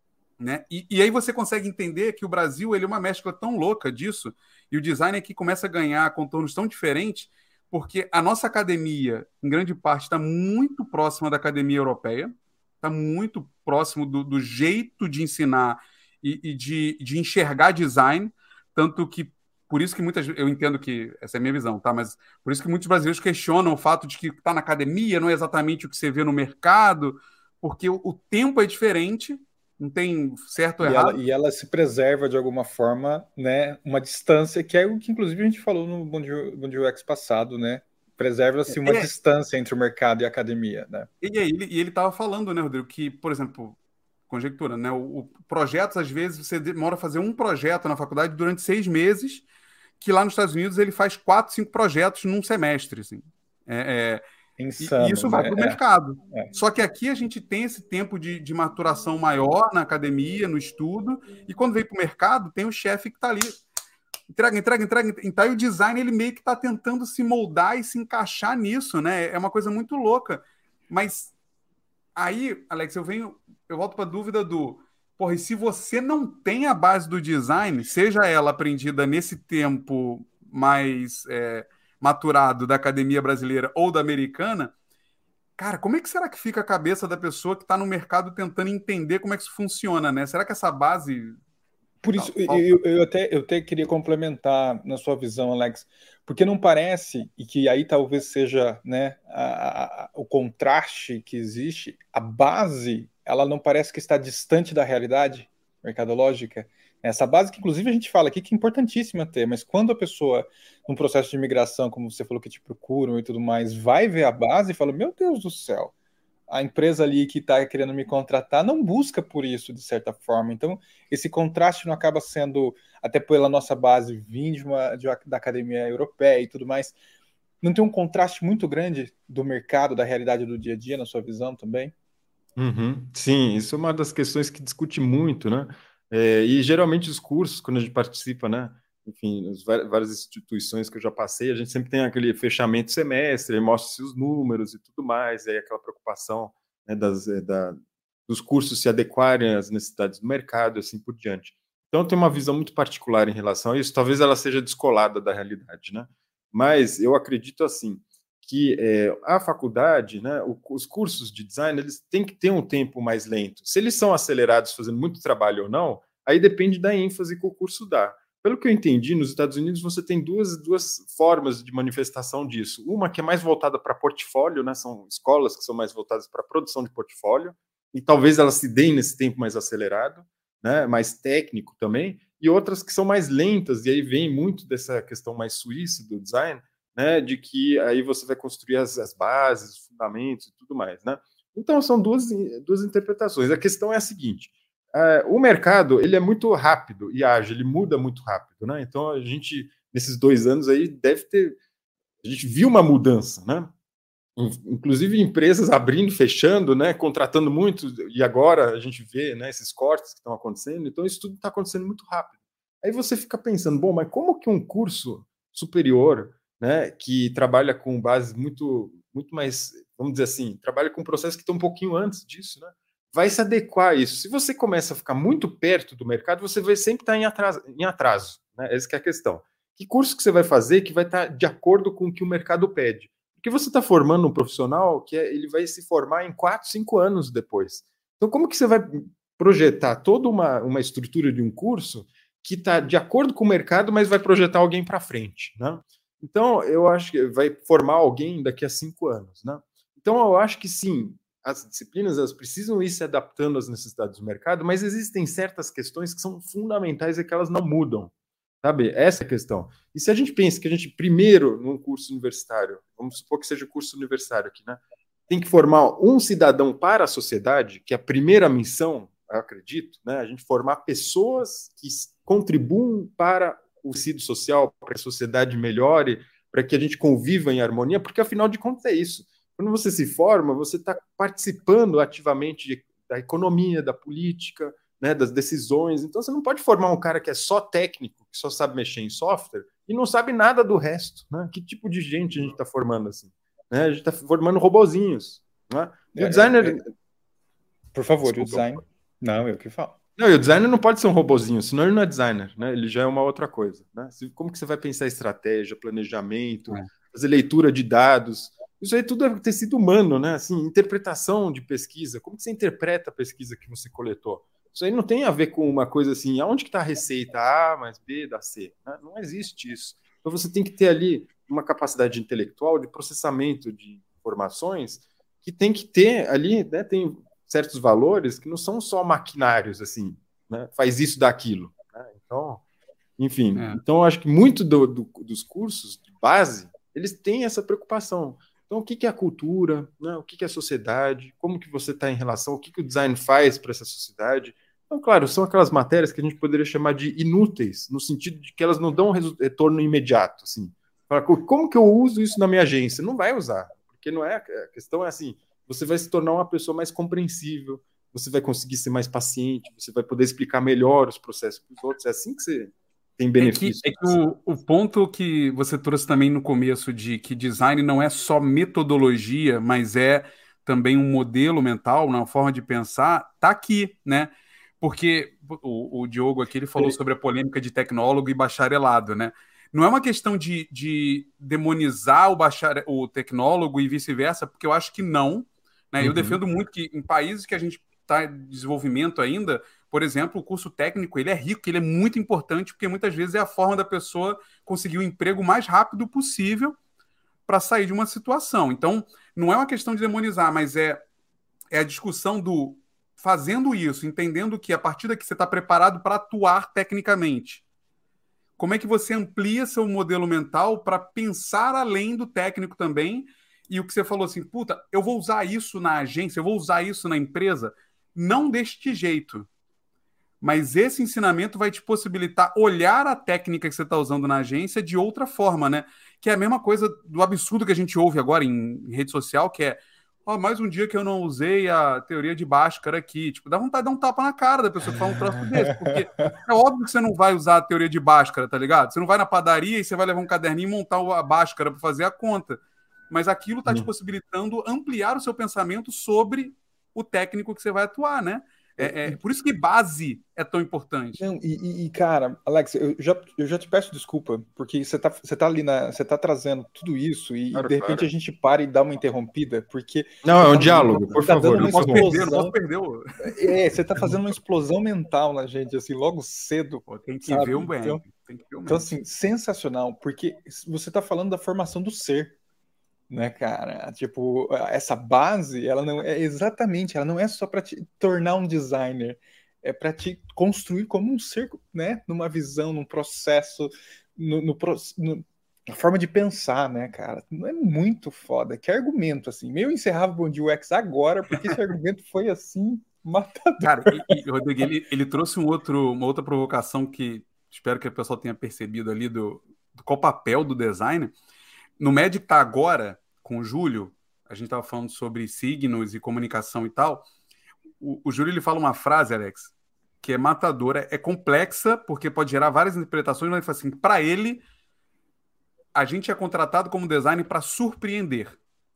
né? E, e aí você consegue entender que o Brasil ele é uma mescla tão louca disso, e o design aqui começa a ganhar contornos tão diferentes, porque a nossa academia, em grande parte, está muito próxima da academia europeia, está muito próximo do, do jeito de ensinar e, e de, de enxergar design, tanto que por isso que muitas eu entendo que essa é a minha visão, tá? Mas por isso que muitos brasileiros questionam o fato de que está na academia não é exatamente o que você vê no mercado, porque o, o tempo é diferente, não tem certo ou E errado. ela, e ela se preserva de alguma forma, né? Uma distância que é o que inclusive a gente falou no Bom Dia, Bom Dia U X passado, né? Preserva-se uma É. distância entre o mercado e a academia, né? E aí ele, e ele estava falando, né, Rodrigo, que, por exemplo, conjectura, né? O, o projetos, às vezes, você demora a fazer um projeto na faculdade durante seis meses, que lá nos Estados Unidos ele faz quatro, cinco projetos num semestre, assim. É, é, Insano, e, e isso vai né? para o É, mercado. é. Só que aqui a gente tem esse tempo de, de maturação maior na academia, no estudo, e quando vem para o mercado, tem o chefe que está ali. Entrega, entrega, entrega. Então, e o design ele meio que está tentando se moldar e se encaixar nisso, né? É uma coisa muito louca. Mas aí, Alex, eu venho, eu volto para a dúvida do, porra, e se você não tem a base do design, seja ela aprendida nesse tempo mais é, maturado da academia brasileira ou da americana, cara, como é que será que fica a cabeça da pessoa que está no mercado tentando entender como é que isso funciona, né? Será que essa base... Por isso, Não, falta. eu, eu, até, eu até queria complementar na sua visão, Alex, porque não parece, e que aí talvez seja, né, a, a, o contraste que existe, a base, ela não parece que está distante da realidade mercadológica. Essa base que, inclusive, a gente fala aqui que é importantíssima ter, mas quando a pessoa, num processo de migração, como você falou que te procuram e tudo mais, vai ver a base e fala, meu Deus do céu, a empresa ali que está querendo me contratar não busca por isso, de certa forma. Então, esse contraste não acaba sendo, até pela nossa base, vindo de uma, de uma, da academia europeia e tudo mais, não tem um contraste muito grande do mercado, da realidade do dia a dia, na sua visão também? Uhum. Sim, isso é uma das questões que discute muito, né? É, e geralmente os cursos, quando a gente participa, né? Enfim, as várias instituições que eu já passei, a gente sempre tem aquele fechamento semestre, mostra-se os números e tudo mais, e aí aquela preocupação, né, das, da, dos cursos se adequarem às necessidades do mercado e assim por diante. Então, eu tenho uma visão muito particular em relação a isso, talvez ela seja descolada da realidade, né? Mas eu acredito, assim, que é, a faculdade, né, os cursos de design, eles têm que ter um tempo mais lento. Se eles são acelerados fazendo muito trabalho ou não, aí depende da ênfase que o curso dá. Pelo que eu entendi, nos Estados Unidos você tem duas, duas formas de manifestação disso. Uma que é mais voltada para portfólio, né, são escolas que são mais voltadas para a produção de portfólio, e talvez elas se deem nesse tempo mais acelerado, né, mais técnico também, e outras que são mais lentas, e aí vem muito dessa questão mais suíça do design, né, de que aí você vai construir as, as bases, os fundamentos e tudo mais, né? Então, são duas, duas interpretações. A questão é a seguinte, uh, o mercado, ele é muito rápido e ágil, ele muda muito rápido, né? Então, a gente, nesses dois anos aí, deve ter... A gente viu uma mudança, né? Inclusive, empresas abrindo, fechando, né, contratando muito, e agora a gente vê, né, esses cortes que estão acontecendo, então isso tudo está acontecendo muito rápido. Aí você fica pensando, bom, mas como que um curso superior, né, que trabalha com bases muito, muito mais, vamos dizer assim, trabalha com processos que estão um pouquinho antes disso, né, vai se adequar a isso? Se você começa a ficar muito perto do mercado, você vai sempre estar em atraso, em atraso, né, essa que é a questão. Que curso que você vai fazer que vai estar de acordo com o que o mercado pede? Porque você está formando um profissional que é, ele vai se formar em quatro, cinco anos depois. Então, como que você vai projetar toda uma, uma estrutura de um curso que está de acordo com o mercado, mas vai projetar alguém para frente, né? Então, eu acho que vai formar alguém daqui a cinco anos, né? Então, eu acho que sim, as disciplinas elas precisam ir se adaptando às necessidades do mercado, mas existem certas questões que são fundamentais e que elas não mudam, sabe? Essa é a questão. E se a gente pensa que a gente, primeiro, num curso universitário, vamos supor que seja o curso universitário aqui, né? Tem que formar um cidadão para a sociedade, que é a primeira missão, eu acredito, né? A gente formar pessoas que contribuam para o tecido social, para que a sociedade melhore, para que a gente conviva em harmonia, porque afinal de contas é isso. Quando você se forma, você está participando ativamente de, da economia, da política, né, das decisões. Então você não pode formar um cara que é só técnico, que só sabe mexer em software e não sabe nada do resto, né? Que tipo de gente a gente está formando assim? Né? A gente está formando robozinhos, né? E o designer... É, é, por favor, Desculpa. o design... Não, eu que falo. Não, e o designer não pode ser um robozinho, senão ele não é designer, né? Ele já é uma outra coisa, né? Como que você vai pensar estratégia, planejamento, é. fazer leitura de dados? Isso aí tudo é tecido humano, né? Assim, interpretação de pesquisa. Como que você interpreta a pesquisa que você coletou? Isso aí não tem a ver com uma coisa assim, aonde que está a receita? A mais B dá C. Né? Não existe isso. Então você tem que ter ali uma capacidade intelectual de processamento de informações que tem que ter ali, né? Tem certos valores que não são só maquinários, assim, né? Faz isso, daquilo. Né? Então, enfim. É. Então, eu acho que muito do, do, dos cursos de base, eles têm essa preocupação. Então, o que, que é a cultura? Né? O que, que é a sociedade? Como que você está em relação? O que, que o design faz para essa sociedade? Então, claro, são aquelas matérias que a gente poderia chamar de inúteis, no sentido de que elas não dão retorno imediato. Assim. Como que eu uso isso na minha agência? Não vai usar, porque não é, a questão é assim, você vai se tornar uma pessoa mais compreensível, você vai conseguir ser mais paciente, você vai poder explicar melhor os processos para os outros, é assim que você tem benefício. É que, é que o, o ponto que você trouxe também no começo de que design não é só metodologia, mas é também um modelo mental, uma forma de pensar, tá aqui, né? Porque o, o Diogo aqui ele falou sobre a polêmica de tecnólogo e bacharelado, né? Não é uma questão de, de demonizar o, bachare... o tecnólogo e vice-versa, porque eu acho que não. Né? Uhum. Eu defendo muito que em países que a gente está em desenvolvimento ainda, por exemplo, o curso técnico ele é rico, ele é muito importante, porque muitas vezes é a forma da pessoa conseguir o emprego o mais rápido possível para sair de uma situação. Então, não é uma questão de demonizar, mas é, é a discussão do fazendo isso, entendendo que a partir daqui você está preparado para atuar tecnicamente. Como é que você amplia seu modelo mental para pensar além do técnico também? E o que você falou assim, puta, eu vou usar isso na agência, eu vou usar isso na empresa, não deste jeito. Mas esse ensinamento vai te possibilitar olhar a técnica que você está usando na agência de outra forma, né? Que é a mesma coisa do absurdo que a gente ouve agora em rede social, que é oh, mais um dia que eu não usei a teoria de Bhaskara aqui. Tipo, dá vontade de dar um tapa na cara da pessoa que fala um troço desse, porque é óbvio que você não vai usar a teoria de Bhaskara, tá ligado? Você não vai na padaria e você vai levar um caderninho e montar a Bhaskara para fazer a conta. Mas aquilo está te possibilitando ampliar o seu pensamento sobre o técnico que você vai atuar, né? É, é por isso que base é tão importante. Não, e, e, cara, Alex, eu já, eu já te peço desculpa, porque você tá, você tá ali na. Você tá trazendo tudo isso e, Claro, e de repente claro. a gente para e dá uma interrompida, porque. Não, é um tá, diálogo, por tá favor. dando Não uma posso perder, não explosão. posso perder. O... É, você tá fazendo uma explosão mental na gente, assim, logo cedo. Pô, tem que sabe? ver um bem. Então, Tem que ver um então, bem. assim, sensacional, porque você tá falando da formação do ser. Né, cara? Tipo, essa base, ela não é exatamente, ela não é só para te tornar um designer, é para te construir como um ser, né? Numa visão, num processo, no, no, no, na forma de pensar, né, cara? Não é muito foda. Que argumento, assim. Eu encerrava o Bom Dia U X agora, porque esse argumento foi assim, matador. Cara, e, e Rodrigo, ele, ele trouxe um outro, uma outra provocação que espero que o pessoal tenha percebido ali do, do qual o papel do designer. No Magic tá agora, com o Júlio, a gente estava falando sobre signos e comunicação e tal. O, o Júlio ele fala uma frase, Alex, que é matadora, é complexa, porque pode gerar várias interpretações, mas ele fala assim, para ele, a gente é contratado como designer para surpreender.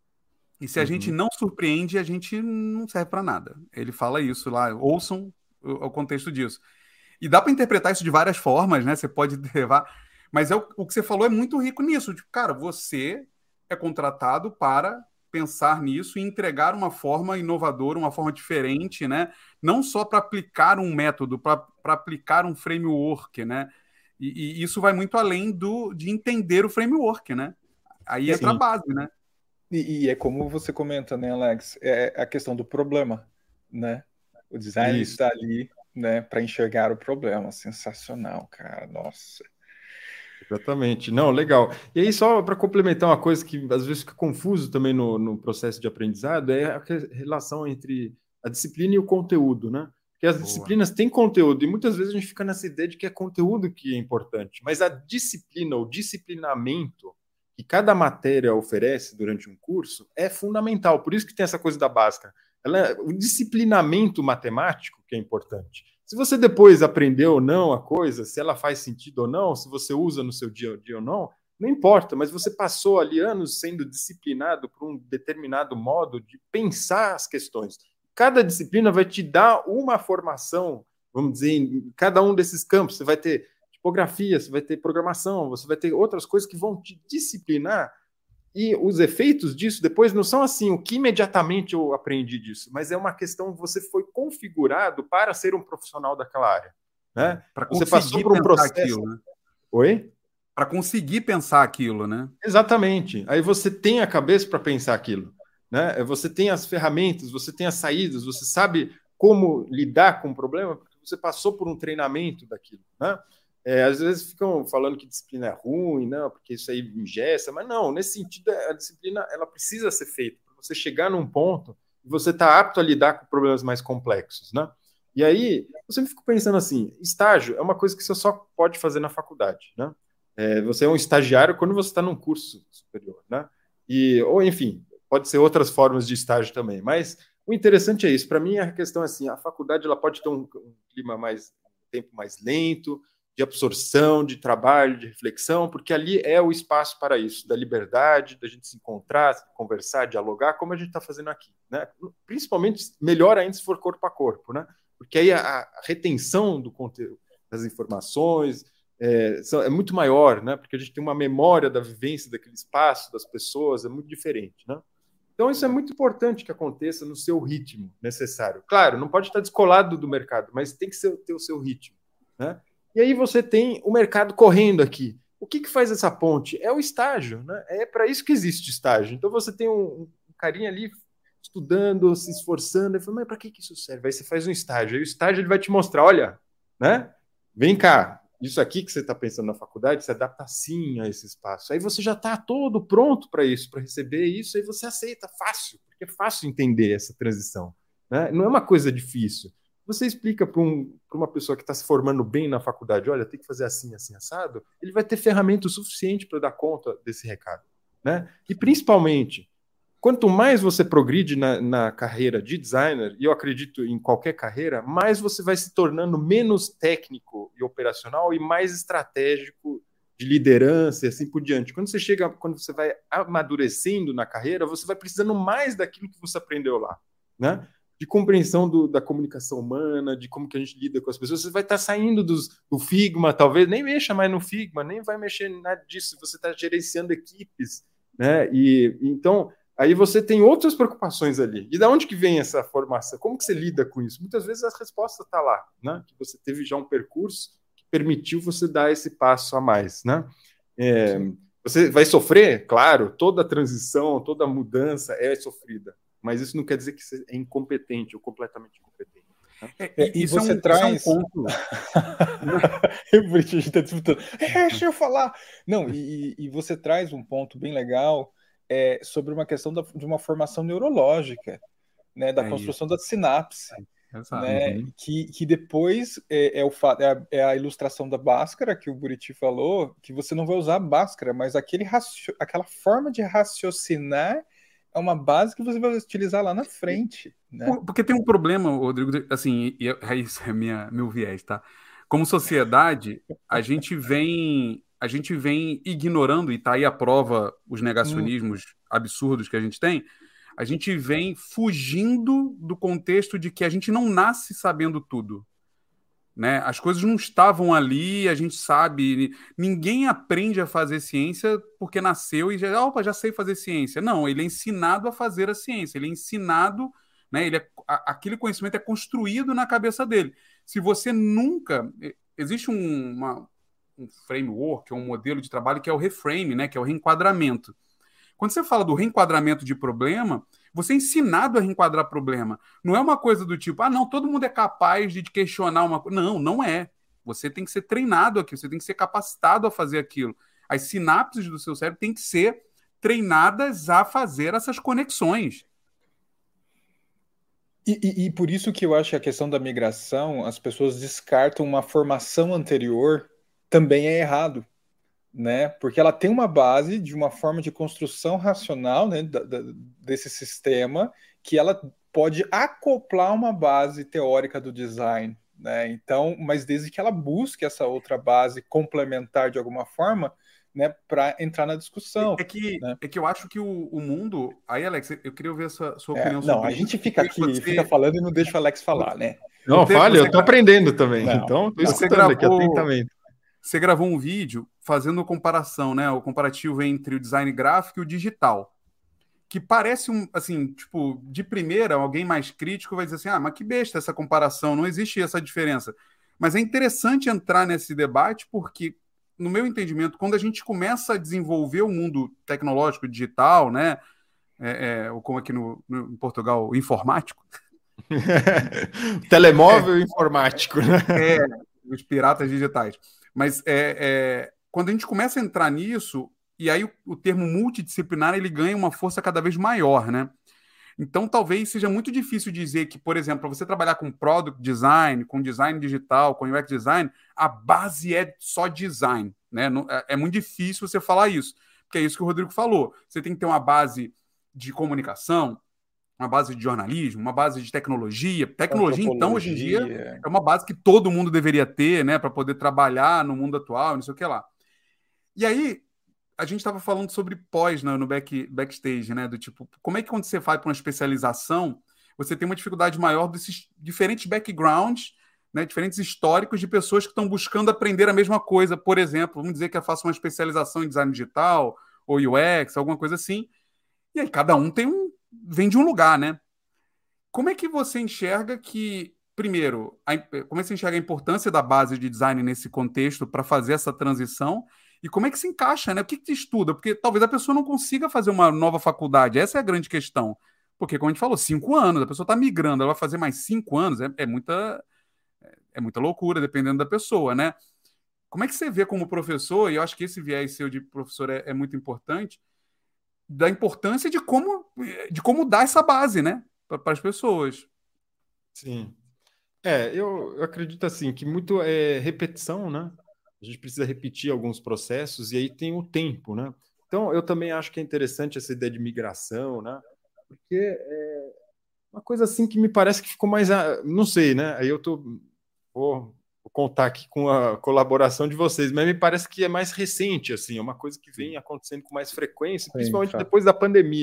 E se a Uhum. gente não surpreende, a gente não serve para nada. Ele fala isso lá, ouçam o, o contexto disso. E dá para interpretar isso de várias formas, né? Você pode levar... Mas é o, o que você falou é muito rico nisso. Tipo, cara, você é contratado para pensar nisso e entregar uma forma inovadora, uma forma diferente, né? Não só para aplicar um método, para aplicar um framework, né? E, e isso vai muito além do, de entender o framework, né? Aí Sim. entra a base, né? E, e é como você comenta, né, Alex? É a questão do problema, né? O designer Isso. está ali, né, para enxergar o problema. Sensacional, cara. Nossa. Exatamente. Não, legal. E aí, só para complementar uma coisa que às vezes fica confuso também no, no processo de aprendizado, é a relação entre a disciplina e o conteúdo, né? Porque as Boa. disciplinas têm conteúdo, e muitas vezes a gente fica nessa ideia de que é conteúdo que é importante, mas a disciplina, o disciplinamento que cada matéria oferece durante um curso é fundamental. Por isso que tem essa coisa da básica. Ela, o disciplinamento matemático que é importante. Se você depois aprendeu ou não a coisa, se ela faz sentido ou não, se você usa no seu dia a dia ou não, não importa, mas você passou ali anos sendo disciplinado por um determinado modo de pensar as questões. Cada disciplina vai te dar uma formação, vamos dizer, em cada um desses campos. Você vai ter tipografia, você vai ter programação, você vai ter outras coisas que vão te disciplinar. E os efeitos disso depois não são assim, o que imediatamente eu aprendi disso, mas é uma questão que você foi configurado para ser um profissional daquela área. Né? Para você passou por um processo. Aquilo, né? Oi? Para conseguir pensar aquilo, né? Exatamente. Aí você tem a cabeça para pensar aquilo. Né? Você tem as ferramentas, você tem as saídas, você sabe como lidar com o problema, porque você passou por um treinamento daquilo. Né? É, às vezes ficam falando que disciplina é ruim, não, porque isso aí engessa, mas não, nesse sentido, a disciplina ela precisa ser feita para você chegar num ponto e você está apto a lidar com problemas mais complexos, né? E aí, eu sempre fico pensando assim, estágio é uma coisa que você só pode fazer na faculdade, né? É, você é um estagiário quando você está num curso superior, né? E, ou enfim, pode ser outras formas de estágio também, mas o interessante é isso, para mim a questão é assim, a faculdade ela pode ter um, um clima mais, um tempo mais lento, de absorção, de trabalho, de reflexão, porque ali é o espaço para isso, da liberdade, da gente se encontrar, conversar, dialogar, como a gente está fazendo aqui, né? Principalmente, melhor ainda se for corpo a corpo, né? Porque aí a, a retenção do conteúdo, das informações, é, é muito maior, né? Porque a gente tem uma memória da vivência daquele espaço, das pessoas, é muito diferente, né? Então, isso é muito importante que aconteça no seu ritmo necessário. Claro, não pode estar descolado do mercado, mas tem que ser, ter o seu ritmo, né? E aí você tem o mercado correndo aqui. O que, que faz essa ponte? É o estágio, né? É para isso que existe estágio. Então você tem um, um carinha ali estudando, se esforçando, e fala, mas para que, que isso serve? Aí você faz um estágio. Aí o estágio ele vai te mostrar, olha, né? Vem cá, isso aqui que você está pensando na faculdade se adapta sim a esse espaço. Aí você já está todo pronto para isso, para receber isso, aí você aceita, fácil, porque é fácil entender essa transição, né? Não é uma coisa difícil. Você explica para um, uma pessoa que está se formando bem na faculdade, olha, tem que fazer assim, assim, assado, ele vai ter ferramenta o suficiente para dar conta desse recado, né? E principalmente, quanto mais você progride na, na carreira de designer, e eu acredito em qualquer carreira, mais você vai se tornando menos técnico e operacional e mais estratégico de liderança e assim por diante. Quando você chega, quando você vai amadurecendo na carreira, você vai precisando mais daquilo que você aprendeu lá, né? de compreensão do, da comunicação humana, de como que a gente lida com as pessoas. Você vai estar saindo dos, do Figma, talvez, nem mexa mais no Figma, nem vai mexer em nada disso, você está gerenciando equipes, né? E então, aí você tem outras preocupações ali. E da onde que vem essa formação? Como que você lida com isso? Muitas vezes a resposta está lá, né? Que você teve já um percurso que permitiu você dar esse passo a mais, né? É, você vai sofrer, claro, toda transição, toda mudança é sofrida, mas isso não quer dizer que você é incompetente ou completamente incompetente. Né? É, e, e você é um, traz... É um ponto... o Brito está disputando. Deixa eu falar! Não, e, e você traz um ponto bem legal é, sobre uma questão da, de uma formação neurológica, né, da é construção isso. da sinapse. Exato. Né, Uhum. que, que depois é, é, o, é, a, é a ilustração da Bhaskara que o Buriti falou, que você não vai usar a Bhaskara, mas aquele racio, aquela forma de raciocinar é uma base que você vai utilizar lá na frente. Né? Porque tem um problema, Rodrigo, assim, e é isso, é minha, meu viés, tá? Como sociedade, a gente vem, a gente vem ignorando, e tá aí a prova, os negacionismos hum. absurdos que a gente tem, a gente vem fugindo do contexto de que a gente não nasce sabendo tudo. Né? As coisas não estavam ali, a gente sabe. Ninguém aprende a fazer ciência porque nasceu e já, opa, já sei fazer ciência. Não, ele é ensinado a fazer a ciência, ele é ensinado, né? Ele é, a, aquele conhecimento é construído na cabeça dele. Se você nunca. Existe um, uma, um framework, um modelo de trabalho que é o reframe, né? Que é o reenquadramento. Quando você fala do reenquadramento de problema, você é ensinado a reenquadrar problema. Não é uma coisa do tipo, ah, não, todo mundo é capaz de questionar uma coisa. Não, não é. Você tem que ser treinado aqui, você tem que ser capacitado a fazer aquilo. As sinapses do seu cérebro têm que ser treinadas a fazer essas conexões. E, e, e por isso que eu acho que a questão da migração, as pessoas descartam uma formação anterior, também é errado. Né? Porque ela tem uma base de uma forma de construção racional, né, da, da, desse sistema, que ela pode acoplar uma base teórica do design, né? Então, mas desde que ela busque essa outra base complementar de alguma forma, né, para entrar na discussão. É que, né? é que eu acho que o, o mundo... Aí, Alex, eu queria ouvir a sua, sua é, opinião não, sobre a isso. gente fica aqui, você... fica falando e não deixa o Alex falar, né? Não, você, fale, você... eu estou aprendendo também, não, então estou escutando gravou... aqui atentamente. Você gravou um vídeo fazendo comparação, né? O comparativo entre o design gráfico e o digital. Que parece um, assim, tipo, de primeira, alguém mais crítico vai dizer assim: ah, mas que besta essa comparação, não existe essa diferença. Mas é interessante entrar nesse debate porque, no meu entendimento, quando a gente começa a desenvolver o mundo tecnológico digital, né? É, é, ou como aqui no, no, em Portugal, informático. Telemóvel é, informático, né? É, os piratas digitais. Mas é, é, quando a gente começa a entrar nisso, e aí o, o termo multidisciplinar ele ganha uma força cada vez maior, né? Então talvez seja muito difícil dizer que, por exemplo, para você trabalhar com product design, com design digital, com U X design, a base é só design, né? É, é muito difícil você falar isso, porque é isso que o Rodrigo falou. Você tem que ter uma base de comunicação, uma base de jornalismo, uma base de tecnologia. Tecnologia, então, hoje em dia, é uma base que todo mundo deveria ter, né, para poder trabalhar no mundo atual, não sei o que lá. E aí, a gente estava falando sobre pós, né, no back, backstage, né, do tipo, como é que quando você vai para uma especialização, você tem uma dificuldade maior desses diferentes backgrounds, né, diferentes históricos de pessoas que estão buscando aprender a mesma coisa. Por exemplo, vamos dizer que eu faço uma especialização em design digital, ou U X, alguma coisa assim, e aí cada um tem um vem de um lugar, né? Como é que você enxerga que, primeiro, a, como é que você enxerga a importância da base de design nesse contexto para fazer essa transição? E como é que se encaixa, né? O que, que te estuda? Porque talvez a pessoa não consiga fazer uma nova faculdade. Essa é a grande questão. Porque, como a gente falou, cinco anos, a pessoa está migrando, ela vai fazer mais cinco anos, é, é, muita, é muita loucura, dependendo da pessoa, né? Como é que você vê como professor, e eu acho que esse viés seu de professor é, é muito importante, da importância de como, de como dar essa base, né, para as pessoas. Sim. É, eu, eu acredito assim, que muito é repetição, né? A gente precisa repetir alguns processos e aí tem o tempo, né? Então, eu também acho que é interessante essa ideia de migração, né? Porque é uma coisa assim que me parece que ficou mais... Não sei, né? Aí eu tô... Vou, vou contar aqui com a colaboração de vocês, mas me parece que é mais recente, assim, é uma coisa que vem acontecendo com mais frequência, principalmente Sim, depois da pandemia,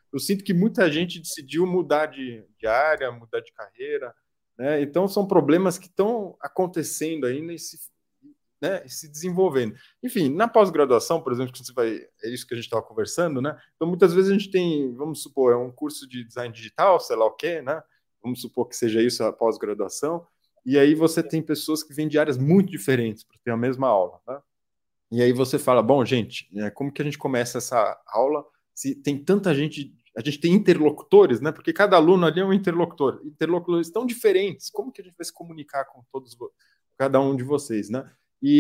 eu sinto que muita gente decidiu mudar de, de área, mudar de carreira, né? Então são problemas que estão acontecendo ainda e se, né, e se desenvolvendo. Enfim, na pós-graduação, por exemplo, que você vai, é isso que a gente estava conversando, né? Então muitas vezes a gente tem, vamos supor, é um curso de design digital, sei lá o quê, né? Vamos supor que seja isso a pós-graduação, e aí você tem pessoas que vêm de áreas muito diferentes para ter a mesma aula, né? E aí você fala, bom, gente, né, como que a gente começa essa aula se tem tanta gente, a gente tem interlocutores, né? Porque cada aluno ali é um interlocutor, interlocutores tão diferentes, como que a gente vai se comunicar com todos, cada um de vocês, né?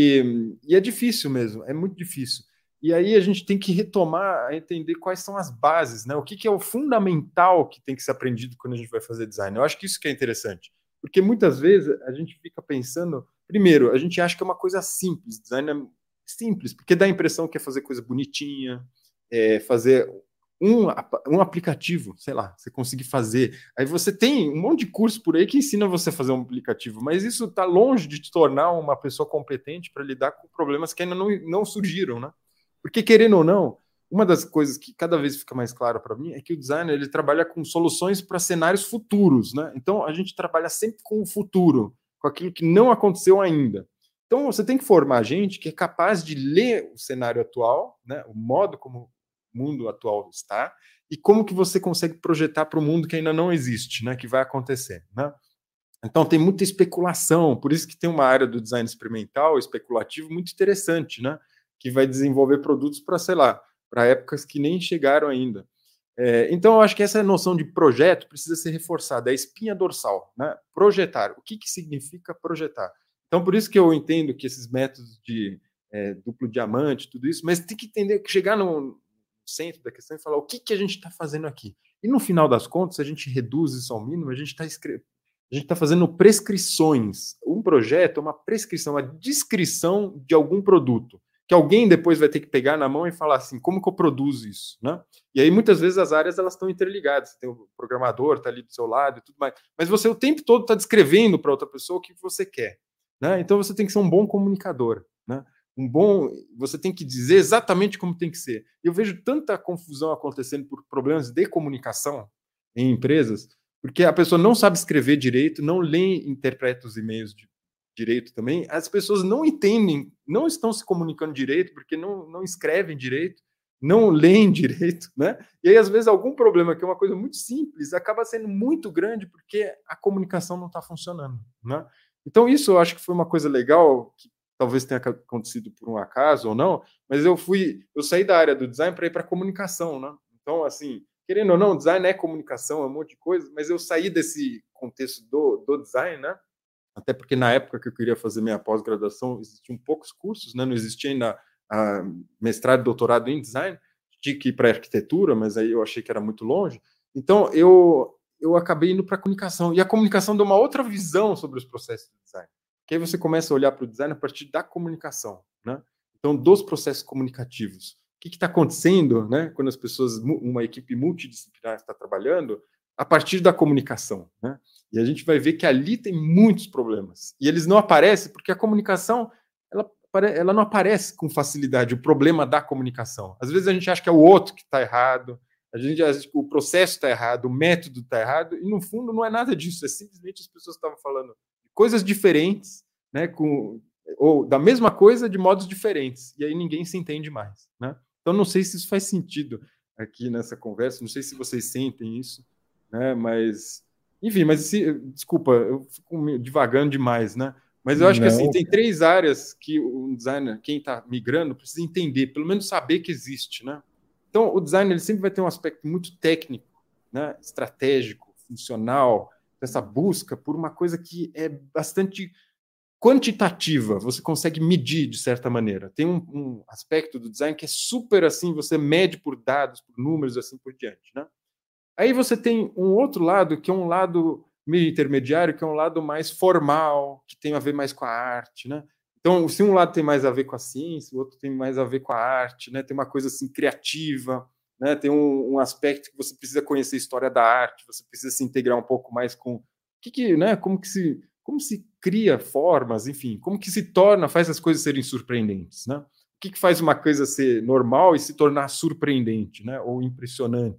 E, e é difícil mesmo, é muito difícil. E aí a gente tem que retomar a entender quais são as bases, né? O que, que é o fundamental que tem que ser aprendido quando a gente vai fazer design. Eu acho que isso que é interessante, porque muitas vezes a gente fica pensando, primeiro, a gente acha que é uma coisa simples, design é simples, porque dá a impressão que é fazer coisa bonitinha, é fazer um, um aplicativo, sei lá, você conseguir fazer. Aí você tem um monte de curso por aí que ensina você a fazer um aplicativo, mas isso está longe de te tornar uma pessoa competente para lidar com problemas que ainda não, não surgiram, né? Porque, querendo ou não, uma das coisas que cada vez fica mais claro para mim é que o designer ele trabalha com soluções para cenários futuros, né? Então, a gente trabalha sempre com o futuro, com aquilo que não aconteceu ainda. Então, você tem que formar gente que é capaz de ler o cenário atual, né? O modo como o mundo atual está, e como que você consegue projetar para o mundo que ainda não existe, né? Que vai acontecer, né? Então, tem muita especulação, por isso que tem uma área do design experimental, especulativo, muito interessante, né? Que vai desenvolver produtos para, sei lá, para épocas que nem chegaram ainda. É, então, eu acho que essa noção de projeto precisa ser reforçada, é a espinha dorsal, né? Projetar. O que, que significa projetar? Então, por isso que eu entendo que esses métodos de é, duplo diamante, tudo isso, mas tem que entender, chegar no centro da questão e falar o que, que a gente está fazendo aqui. E no final das contas, se a gente reduz isso ao mínimo, a gente está escrevendo. A gente está fazendo prescrições. Um projeto é uma prescrição, uma descrição de algum produto, que alguém depois vai ter que pegar na mão e falar assim, como que eu produzo isso, né? E aí, muitas vezes, as áreas elas estão interligadas. Tem o programador, está ali do seu lado e tudo mais. Mas você o tempo todo está descrevendo para outra pessoa o que você quer, né? Então, você tem que ser um bom comunicador, né? Um bom... Você tem que dizer exatamente como tem que ser. Eu vejo tanta confusão acontecendo por problemas de comunicação em empresas, porque a pessoa não sabe escrever direito, não lê e interpreta os e-mails de direito também, as pessoas não entendem, não estão se comunicando direito, porque não, não escrevem direito, não leem direito, né? E aí, às vezes, algum problema que é uma coisa muito simples acaba sendo muito grande porque a comunicação não está funcionando, né? Então, isso eu acho que foi uma coisa legal, que talvez tenha acontecido por um acaso ou não, mas eu fui, eu saí da área do design para ir para a comunicação, né? Então, assim, querendo ou não, design é comunicação, é um monte de coisa, mas eu saí desse contexto do, do design, né? Até porque na época que eu queria fazer minha pós-graduação, existiam poucos cursos, né? Não existia ainda a mestrado e doutorado em design, tinha que ir para arquitetura, mas aí eu achei que era muito longe. Então, eu, eu acabei indo para a comunicação. E a comunicação deu uma outra visão sobre os processos de design. Porque aí você começa a olhar para o design a partir da comunicação, né? Então, dos processos comunicativos. O que está acontecendo, né? Quando as pessoas, uma equipe multidisciplinar está trabalhando, a partir da comunicação, né? E a gente vai ver que ali tem muitos problemas. E eles não aparecem porque a comunicação, ela, ela não aparece com facilidade, o problema da comunicação. Às vezes a gente acha que é o outro que está errado, a gente acha que o processo está errado, o método está errado, e no fundo não é nada disso, é simplesmente as pessoas estavam falando de coisas diferentes, né, com, ou da mesma coisa de modos diferentes, e aí ninguém se entende mais, né? Então não sei se isso faz sentido aqui nessa conversa, não sei se vocês sentem isso, né, mas... Enfim, mas se, desculpa, eu fico divagando demais, né? Mas eu acho Não, que assim, tem três áreas que o designer, quem está migrando, precisa entender, pelo menos saber que existe, né? Então, o designer ele sempre vai ter um aspecto muito técnico, né? Estratégico, funcional, essa busca por uma coisa que é bastante quantitativa, você consegue medir de certa maneira. Tem um, um aspecto do design que é super assim, você mede por dados, por números, assim por diante, né? Aí você tem um outro lado, que é um lado meio intermediário, que é um lado mais formal, que tem a ver mais com a arte, né? Então, se um lado tem mais a ver com a ciência, o outro tem mais a ver com a arte, né? Tem uma coisa assim criativa, né? Tem um, um aspecto que você precisa conhecer a história da arte, você precisa se integrar um pouco mais com o que, que né? Como que se, como se cria formas, enfim, como que se torna, faz as coisas serem surpreendentes, né? O que, que faz uma coisa ser normal e se tornar surpreendente, né? Ou impressionante?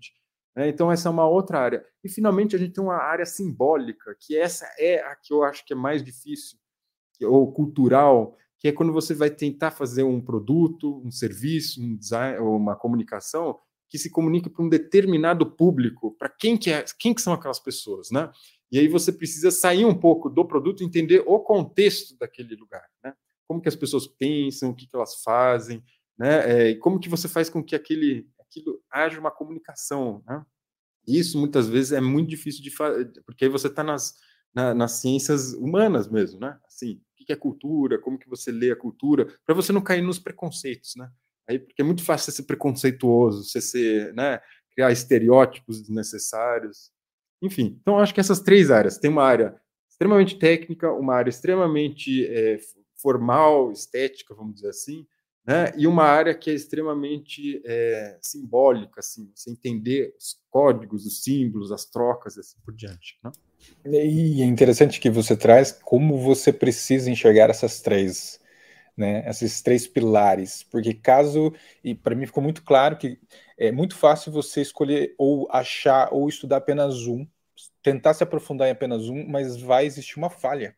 né? Então, essa é uma outra área. E, finalmente, a gente tem uma área simbólica, que essa é a que eu acho que é mais difícil, ou cultural, que é quando você vai tentar fazer um produto, um serviço, um design, ou uma comunicação que se comunique para um determinado público, para quem que é, quem que são aquelas pessoas, né? E aí você precisa sair um pouco do produto e entender o contexto daquele lugar, né? Como que as pessoas pensam, o que que elas fazem, né? É, e como que você faz com que aquele, aquilo haja uma comunicação, né? Isso muitas vezes é muito difícil de fazer, porque aí você está nas, na, nas ciências humanas mesmo, né? Assim, o que é cultura, como que você lê a cultura, para você não cair nos preconceitos, né? Aí, porque é muito fácil você ser preconceituoso, você ser, né, criar estereótipos desnecessários. Enfim, então eu acho que essas três áreas, tem uma área extremamente técnica, uma área extremamente é, formal, estética, vamos dizer assim, né, e uma área que é extremamente é, simbólica, assim, você entender os códigos, os símbolos, as trocas, assim por diante, né? E é interessante que você traz como você precisa enxergar essas três, né, esses três pilares, porque caso, e para mim ficou muito claro que é muito fácil você escolher ou achar ou estudar apenas um, tentar se aprofundar em apenas um, mas vai existir uma falha,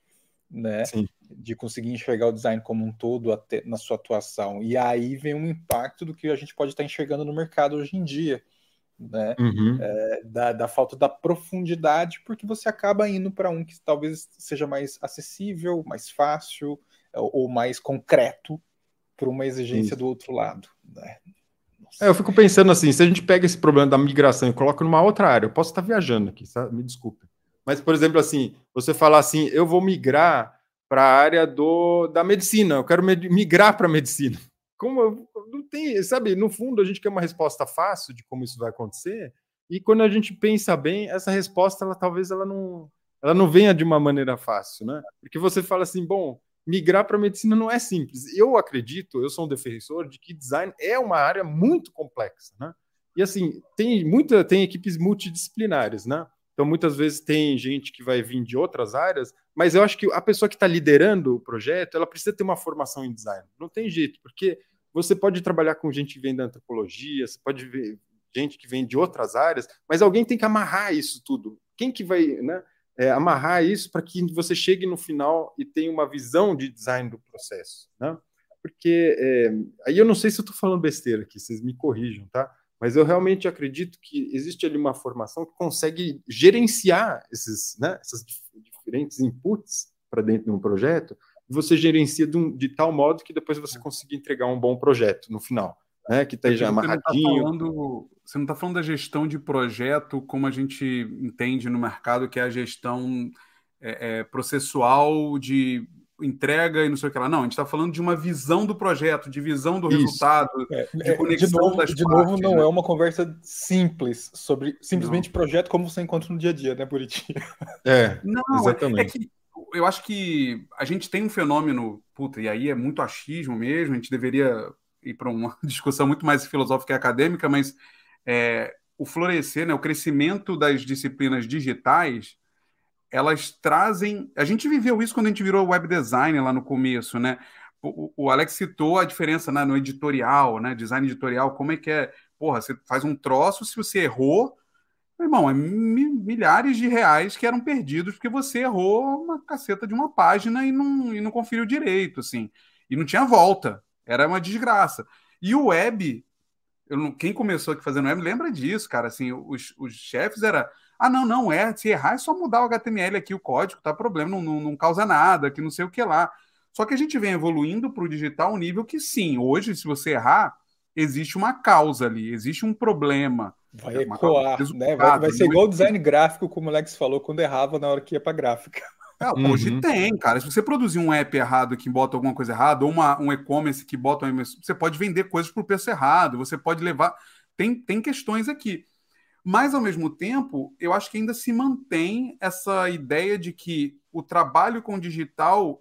né, Sim. de conseguir enxergar o design como um todo até na sua atuação, e aí vem um impacto do que a gente pode estar enxergando no mercado hoje em dia, né, uhum. é, da, da falta da profundidade, porque você acaba indo para um que talvez seja mais acessível, mais fácil, ou mais concreto para uma exigência Isso. do outro lado, né? É, eu fico pensando assim, se a gente pega esse problema da migração e coloca numa outra área, eu posso estar viajando aqui, sabe? Me desculpe. Mas, por exemplo, assim, você falar assim, eu vou migrar para a área do, da medicina, eu quero migrar para a medicina. Como eu, não tem, sabe, no fundo a gente quer uma resposta fácil de como isso vai acontecer, e quando a gente pensa bem, essa resposta, ela talvez ela não, ela não venha de uma maneira fácil, né? Porque você fala assim, bom, migrar para a medicina não é simples. Eu acredito, eu sou um defensor de que design é uma área muito complexa, né? E assim, tem muita, tem equipes multidisciplinares, né? Então, muitas vezes tem gente que vai vir de outras áreas, mas eu acho que a pessoa que está liderando o projeto, ela precisa ter uma formação em design. Não tem jeito, porque você pode trabalhar com gente que vem da antropologia, você pode ver gente que vem de outras áreas, mas alguém tem que amarrar isso tudo. Quem que vai, né? É, amarrar isso para que você chegue no final e tenha uma visão de design do processo, né? Porque é, aí eu não sei se eu estou falando besteira aqui, vocês me corrijam, tá? Mas eu realmente acredito que existe ali uma formação que consegue gerenciar esses, né, essas diferentes inputs para dentro de um projeto, e você gerencia de, um, de tal modo que depois você consiga entregar um bom projeto no final, né? Que está já amarradinho. Você não está falando, você não tá falando da gestão de projeto como a gente entende no mercado, que é a gestão é, é, processual de entrega e não sei o que lá. Não, a gente está falando de uma visão do projeto, de visão do Isso. resultado, É, de conexão de novo, das de partes. novo, não né? é uma conversa simples sobre simplesmente Não. projeto como você encontra no dia a dia, né, Buriti? É, Não, exatamente. é que eu acho que a gente tem um fenômeno, puta, e aí é muito achismo mesmo, a gente deveria ir para uma discussão muito mais filosófica e acadêmica, mas é, o florescer, né, o crescimento das disciplinas digitais, elas trazem... A gente viveu isso quando a gente virou web design lá no começo, né? O, o Alex citou a diferença, né, no editorial, né, design editorial, como é que é? Porra, você faz um troço, se você errou, meu irmão, é milhares de reais que eram perdidos porque você errou uma caceta de uma página e não, e não conferiu direito, assim. E não tinha volta. Era uma desgraça. E o web, eu não, quem começou aqui fazendo web lembra disso, cara. Assim, os, os chefes era, ah, não, não, é, se errar é só mudar o H T M L aqui, o código, tá problema, não, não, não causa nada, que não sei o que lá. Só que a gente vem evoluindo para o digital um nível que sim, hoje, se você errar, existe uma causa ali, existe um problema. Vai Uma ecoar, né? Vai, vai ser igual o design gráfico, como o Alex falou, quando errava na hora que ia para gráfica. É, hoje Uhum. tem, cara. Se você produzir um app errado que bota alguma coisa errada, ou uma, um e-commerce que bota um... Você pode vender coisas por preço errado, você pode levar... Tem, tem questões aqui. Mas, ao mesmo tempo, eu acho que ainda se mantém essa ideia de que o trabalho com digital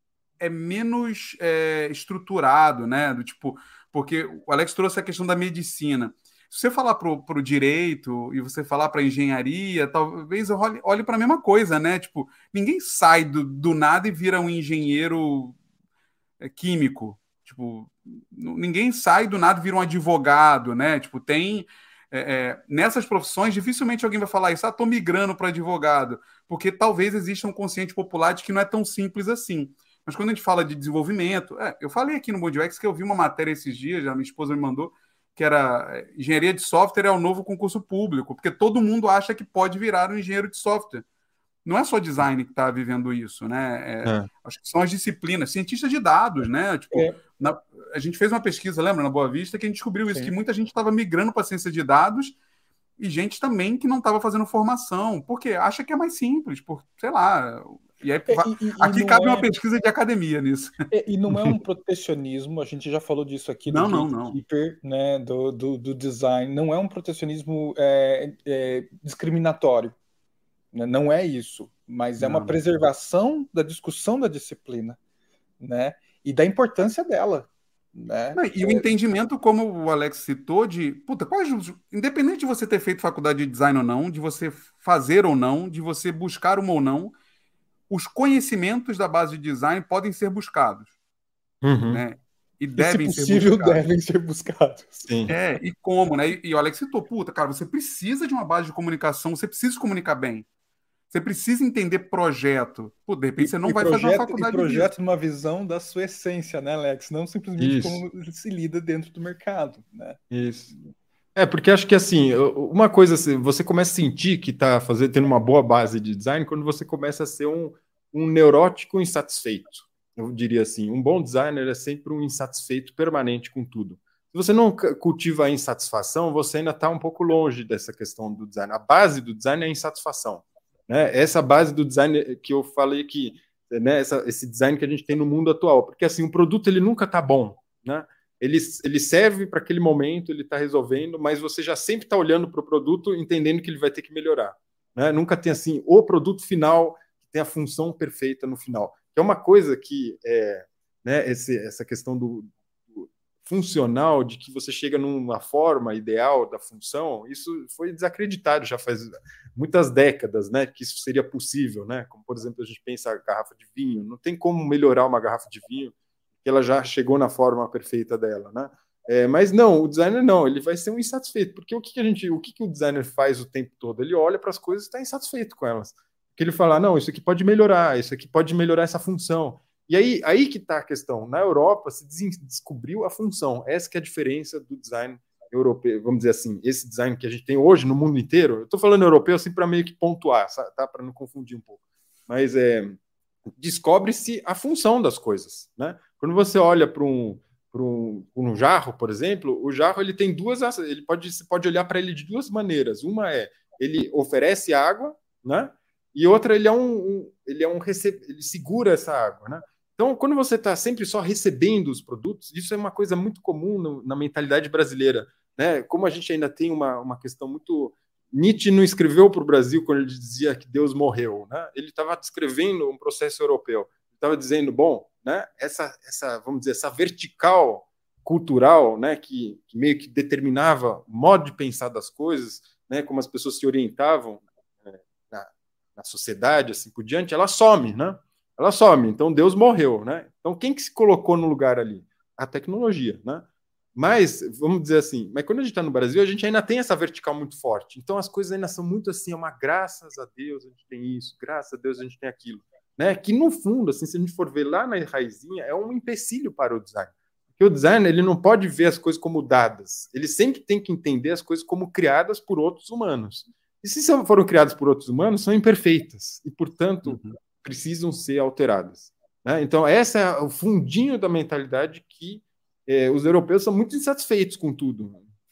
é menos é, estruturado, né? Do tipo, porque o Alex trouxe a questão da medicina. Se você falar para o direito e você falar para a engenharia, talvez eu olhe, olhe para a mesma coisa, né? Tipo, ninguém sai do, do nada e vira um engenheiro químico. Tipo, ninguém sai do nada e vira um advogado, né? Tipo, tem É, é, nessas profissões, dificilmente alguém vai falar isso, ah, tô migrando para advogado, porque talvez exista um consciente popular de que não é tão simples assim. Mas quando a gente fala de desenvolvimento, é, eu falei aqui no Bom Dia U X que eu vi uma matéria esses dias, a minha esposa me mandou, que era é, engenharia de software é o novo concurso público, porque todo mundo acha que pode virar um engenheiro de software. Não é só design que está vivendo isso, né? É, É. acho que são as disciplinas, cientistas de dados, né? Tipo, É. na- a gente fez uma pesquisa, lembra, na Boa Vista, que a gente descobriu isso, Sim. que muita gente estava migrando para ciência de dados e gente também que não estava fazendo formação, porque acha que é mais simples, por, sei lá. E aí, É, va- e- e- e aqui não cabe é- uma pesquisa de academia nisso. É, e não é um protecionismo, a gente já falou disso aqui Não, do não, não. gatekeeper, né, do, do, do design, não é um protecionismo é, é, discriminatório, né, não é isso, mas é uma Não. preservação da discussão da disciplina, né, e da importância dela, né. Não, e o entendimento, como o Alex citou, de, puta, quais, os- independente de você ter feito faculdade de design ou não, de você fazer ou não, de você buscar uma ou não, os conhecimentos da base de design podem ser buscados, Uhum. né? E E, se devem ser possível, buscados. devem ser buscados. Sim. É, e como, né? E, e o Alex citou, puta, cara, você precisa de uma base de comunicação, você precisa se comunicar bem. Você precisa entender projeto. Pô, de repente E, você não e vai fazer uma projeto, e faculdade projeto disso. numa visão da sua essência, né, Alex? Não simplesmente Isso. como se lida dentro do mercado, né? Isso. É, porque acho que assim, uma coisa, assim, você começa a sentir que está fazendo, tendo uma boa base de design quando você começa a ser um, um neurótico insatisfeito. Eu diria assim, um bom designer é sempre um insatisfeito permanente com tudo. Se você não c- cultiva a insatisfação, você ainda está um pouco longe dessa questão do design. A base do design é a insatisfação, né? Essa base do design que eu falei que, né, essa, esse design que a gente tem no mundo atual, porque assim, o produto ele nunca está bom, né? Ele, ele serve para aquele momento, ele está resolvendo, mas você já sempre está olhando para o produto, entendendo que ele vai ter que melhorar, né? Nunca tem assim o produto final que tem a função perfeita no final. Que é uma coisa que é, né, esse, essa questão do, do funcional, de que você chega numa forma ideal da função, isso foi desacreditado já faz muitas décadas, né? Que isso seria possível, né? Como por exemplo a gente pensa a garrafa de vinho, não tem como melhorar uma garrafa de vinho que ela já chegou na forma perfeita dela, né? É, mas não, o designer não, ele vai ser um insatisfeito, porque o que, que a gente, o que, que o designer faz o tempo todo? Ele olha para as coisas e está insatisfeito com elas. Que ele fala, não, isso aqui pode melhorar, isso aqui pode melhorar essa função. E aí, aí que está a questão. Na Europa se des descobriu a função. Essa que é a diferença do design europeu, vamos dizer assim, esse design que a gente tem hoje no mundo inteiro. Eu estou falando europeu assim para meio que pontuar, tá? Para não confundir um pouco. Mas é, descobre-se a função das coisas, né? Quando você olha para um, para um, um jarro, por exemplo, o jarro ele tem duas, ele pode, você pode olhar para ele de duas maneiras. Uma é ele oferece água, né? E outra ele é um, um ele é um recebe, ele segura essa água, né? Então, quando você está sempre só recebendo os produtos, isso é uma coisa muito comum no, na mentalidade brasileira, né? Como a gente ainda tem uma, uma questão muito Nietzsche não escreveu para o Brasil quando ele dizia que Deus morreu, né? Ele estava descrevendo um processo europeu. Ele estava dizendo, bom, né? Essa, essa, vamos dizer, essa vertical cultural, né? Que, que meio que determinava o modo de pensar das coisas, né? Como as pessoas se orientavam né, na, na sociedade, assim por diante, ela some, né? Ela some. Então Deus morreu, né? Então quem que se colocou no lugar ali? A tecnologia, né? Mas, vamos dizer assim, mas quando a gente está no Brasil, a gente ainda tem essa vertical muito forte. Então as coisas ainda são muito assim, é uma graças a Deus a gente tem isso, graças a Deus a gente tem aquilo. Né? Que no fundo, assim, se a gente for ver lá na raizinha, é um empecilho para o design. Porque o design ele não pode ver as coisas como dadas. Ele sempre tem que entender as coisas como criadas por outros humanos. E se foram criadas por outros humanos, são imperfeitas. E, portanto, uhum. precisam ser alteradas. Né? Então, esse é o fundinho da mentalidade que É, os europeus são muito insatisfeitos com tudo.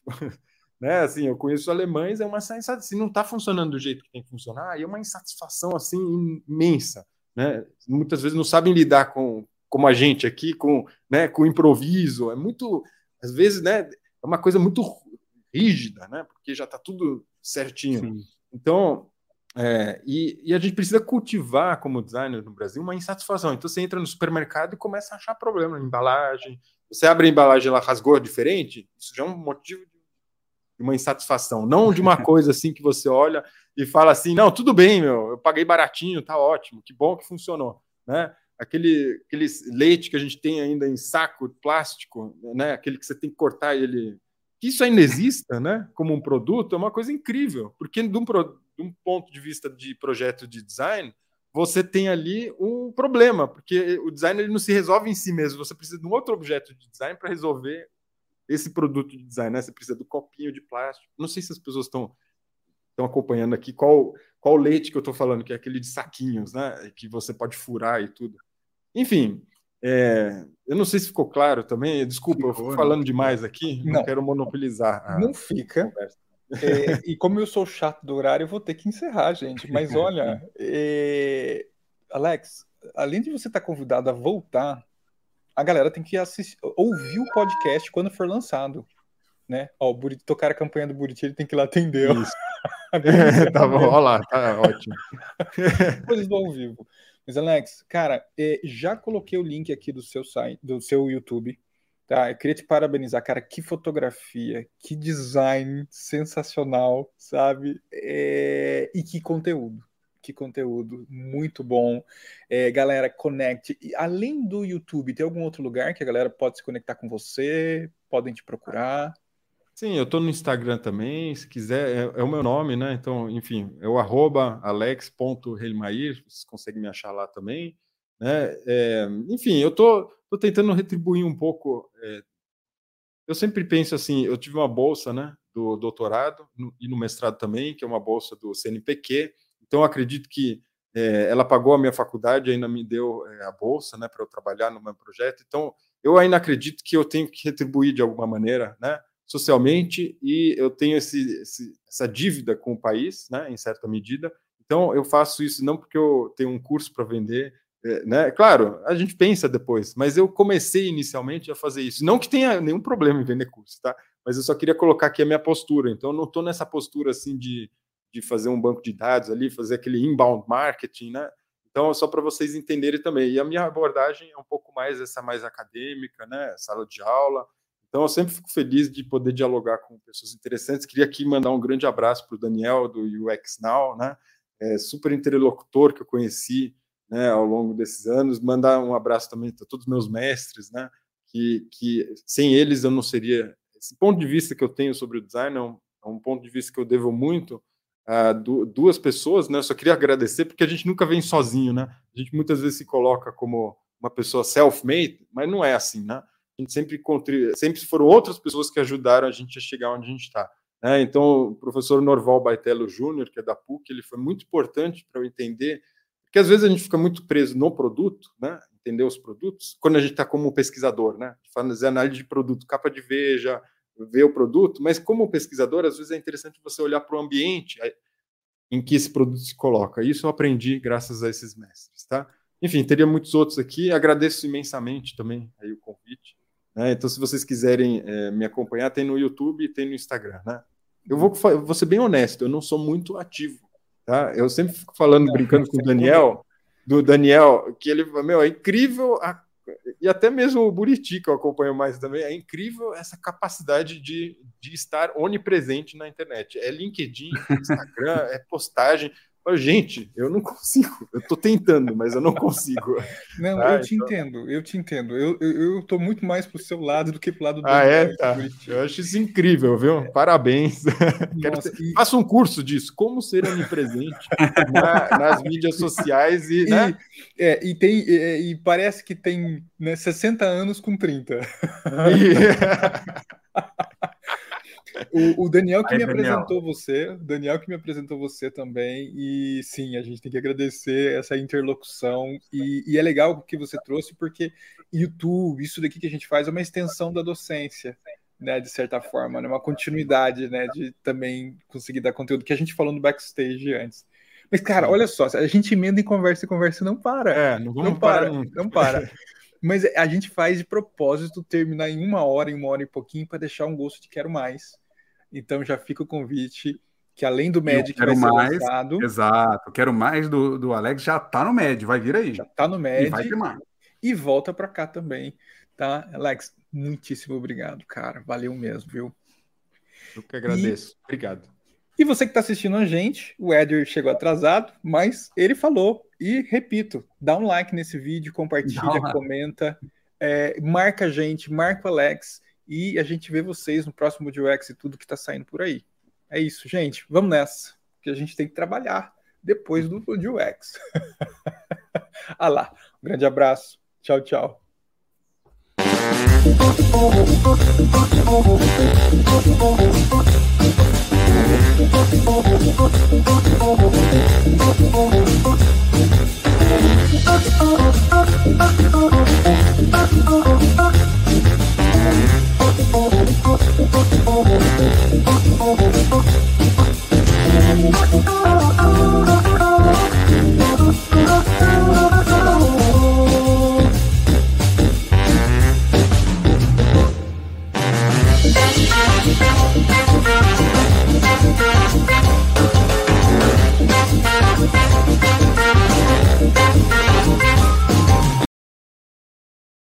Né? Assim, eu conheço os alemães, é uma insatisfação, assim, não está funcionando do jeito que tem que funcionar, e é uma insatisfação assim imensa. Né? Muitas vezes não sabem lidar com, como a gente aqui, com, né, com o improviso. É muito, às vezes, né, é uma coisa muito rígida, né? Porque já está tudo certinho. Sim. Então, é, e, e a gente precisa cultivar, como designer no Brasil, uma insatisfação. Então, você entra no supermercado e começa a achar problema na embalagem. Você abre a embalagem, ela rasgou diferente, isso já é um motivo de uma insatisfação, não de uma coisa assim que você olha e fala assim, não, tudo bem, meu, eu paguei baratinho, tá ótimo, que bom que funcionou, né? Aquele, aquele leite que a gente tem ainda em saco plástico, né? Aquele que você tem que cortar ele que isso ainda exista, né, como um produto, é uma coisa incrível, porque de um, pro, de um ponto de vista de projeto de design, você tem ali um problema, porque o design ele não se resolve em si mesmo, você precisa de um outro objeto de design para resolver esse produto de design, né? Você precisa do copinho de plástico. Não sei se as pessoas estão estão acompanhando aqui qual, qual leite que eu estou falando, que é aquele de saquinhos, né, que você pode furar e tudo. Enfim, é, eu não sei se ficou claro também, desculpa, ficou, eu fico falando não. demais aqui, não, não quero monopolizar a Não fica. Conversa. É, e como eu sou chato do horário, eu vou ter que encerrar, gente. Mas olha, é... Alex, além de você estar convidado a voltar, a galera tem que assistir, ouvir o podcast quando for lançado, né? Ó, o Buriti, tocar a campanha do Buriti, ele tem que ir lá atender. Isso. É, tá bom, olha lá, tá ótimo. Coisas do ao vivo. Mas, Alex, cara, é, já coloquei o link aqui do seu site, do seu YouTube. Tá, eu queria te parabenizar, cara, que fotografia, que design sensacional, sabe? É... E que conteúdo, que conteúdo, muito bom. É, galera, conecte. E, além do YouTube, tem algum outro lugar que a galera pode se conectar com você? Podem te procurar? Sim, eu tô no Instagram também, se quiser, é, é o meu nome, né? Então, enfim, é o arroba alex ponto helmair, vocês conseguem me achar lá também. Né? É, enfim, eu tô, tô tentando retribuir um pouco. É, eu sempre penso assim, eu tive uma bolsa, né, do doutorado no, e no mestrado também, que é uma bolsa do C N P Q. Então, eu acredito que é, ela pagou a minha faculdade, ainda me deu é, a bolsa, né, para eu trabalhar no meu projeto. Então, eu ainda acredito que eu tenho que retribuir de alguma maneira, né, socialmente, e eu tenho esse, esse, essa dívida com o país, né, em certa medida. Então, eu faço isso não porque eu tenho um curso para vender. É, né? Claro, a gente pensa depois, mas eu comecei inicialmente a fazer isso. Não que tenha nenhum problema em vender curso, tá? Mas eu só queria colocar aqui a minha postura. Então, eu não estou nessa postura assim de, de fazer um banco de dados ali, fazer aquele inbound marketing, né? Então, só para vocês entenderem também. E a minha abordagem é um pouco mais essa mais acadêmica, né? Sala de aula. Então, eu sempre fico feliz de poder dialogar com pessoas interessantes. Queria aqui mandar um grande abraço para o Daniel, do U X Now, né? É, super interlocutor que eu conheci, né, ao longo desses anos. Mandar um abraço também para todos os meus mestres, né, que, que sem eles eu não seria... Esse ponto de vista que eu tenho sobre o design é um, é um ponto de vista que eu devo muito a du duas pessoas, né. Eu só queria agradecer, porque a gente nunca vem sozinho, né, a gente muitas vezes se coloca como uma pessoa self-made, mas não é assim, né, a gente sempre, sempre foram outras pessoas que ajudaram a gente a chegar onde a gente está. Né? Então, o professor Norval Baitello Júnior, que é da P U C, ele foi muito importante para eu entender, porque às vezes a gente fica muito preso no produto, né? Entender os produtos, quando a gente está como pesquisador, né? Fazer análise de produto, capa de veja, ver o produto, mas como pesquisador, às vezes é interessante você olhar para o ambiente em que esse produto se coloca. Isso eu aprendi graças a esses mestres, tá? Enfim, teria muitos outros aqui, agradeço imensamente também aí o convite. Né? Então, se vocês quiserem é, me acompanhar, tem no YouTube e tem no Instagram, né? Eu vou, vou ser bem honesto, eu não sou muito ativo, tá? Eu sempre fico falando, não, brincando com o Daniel, do Daniel, que ele, meu, é incrível, a, e até mesmo o Buriti, que eu acompanho mais também, é incrível essa capacidade de, de estar onipresente na internet. É LinkedIn, é Instagram, é postagem. Gente, eu não consigo. Eu tô tentando, mas eu não consigo. Não, ah, eu te então... entendo, eu te entendo. Eu, eu, eu tô muito mais pro seu lado do que pro lado do Ah, é? Tá. Eu acho isso incrível, viu? Parabéns. Nossa, ter... e... Faça um curso disso, como ser onipresente na, nas mídias sociais e, e, né? É, e, tem, e, e parece que tem, né, sessenta anos com trinta. O, o Daniel que Aí, me Daniel. apresentou você, o Daniel que me apresentou você também, e sim, a gente tem que agradecer essa interlocução, e, e é legal o que você trouxe, porque YouTube, isso daqui que a gente faz é uma extensão da docência, né, de certa forma, né, uma continuidade, né, de também conseguir dar conteúdo que a gente falou no backstage antes. Mas, cara, olha só, a gente emenda em conversa e conversa e não para. É, não vamos não para, parar nunca. Não para. Mas a gente faz de propósito terminar em uma hora, em uma hora e pouquinho, para deixar um gosto de quero mais. Então já fica o convite, que além do Med que vai ser mais, lançado... Exato, quero mais do, do Alex, já tá no Med, vai vir aí. Já tá no Med. E vai ter mais. E volta para cá também, tá? Alex, muitíssimo obrigado, cara. Valeu mesmo, viu? Eu que agradeço. E... Obrigado. E você que está assistindo a gente, o Éder chegou atrasado, mas ele falou. E repito, dá um like nesse vídeo, compartilha, comenta, é, marca a gente, marca o Alex, E a gente vê vocês no próximo Good U X e tudo que está saindo por aí. É isso, gente. Vamos nessa, porque a gente tem que trabalhar depois do Good U X. Ah lá, um grande abraço. Tchau, tchau. Thank you.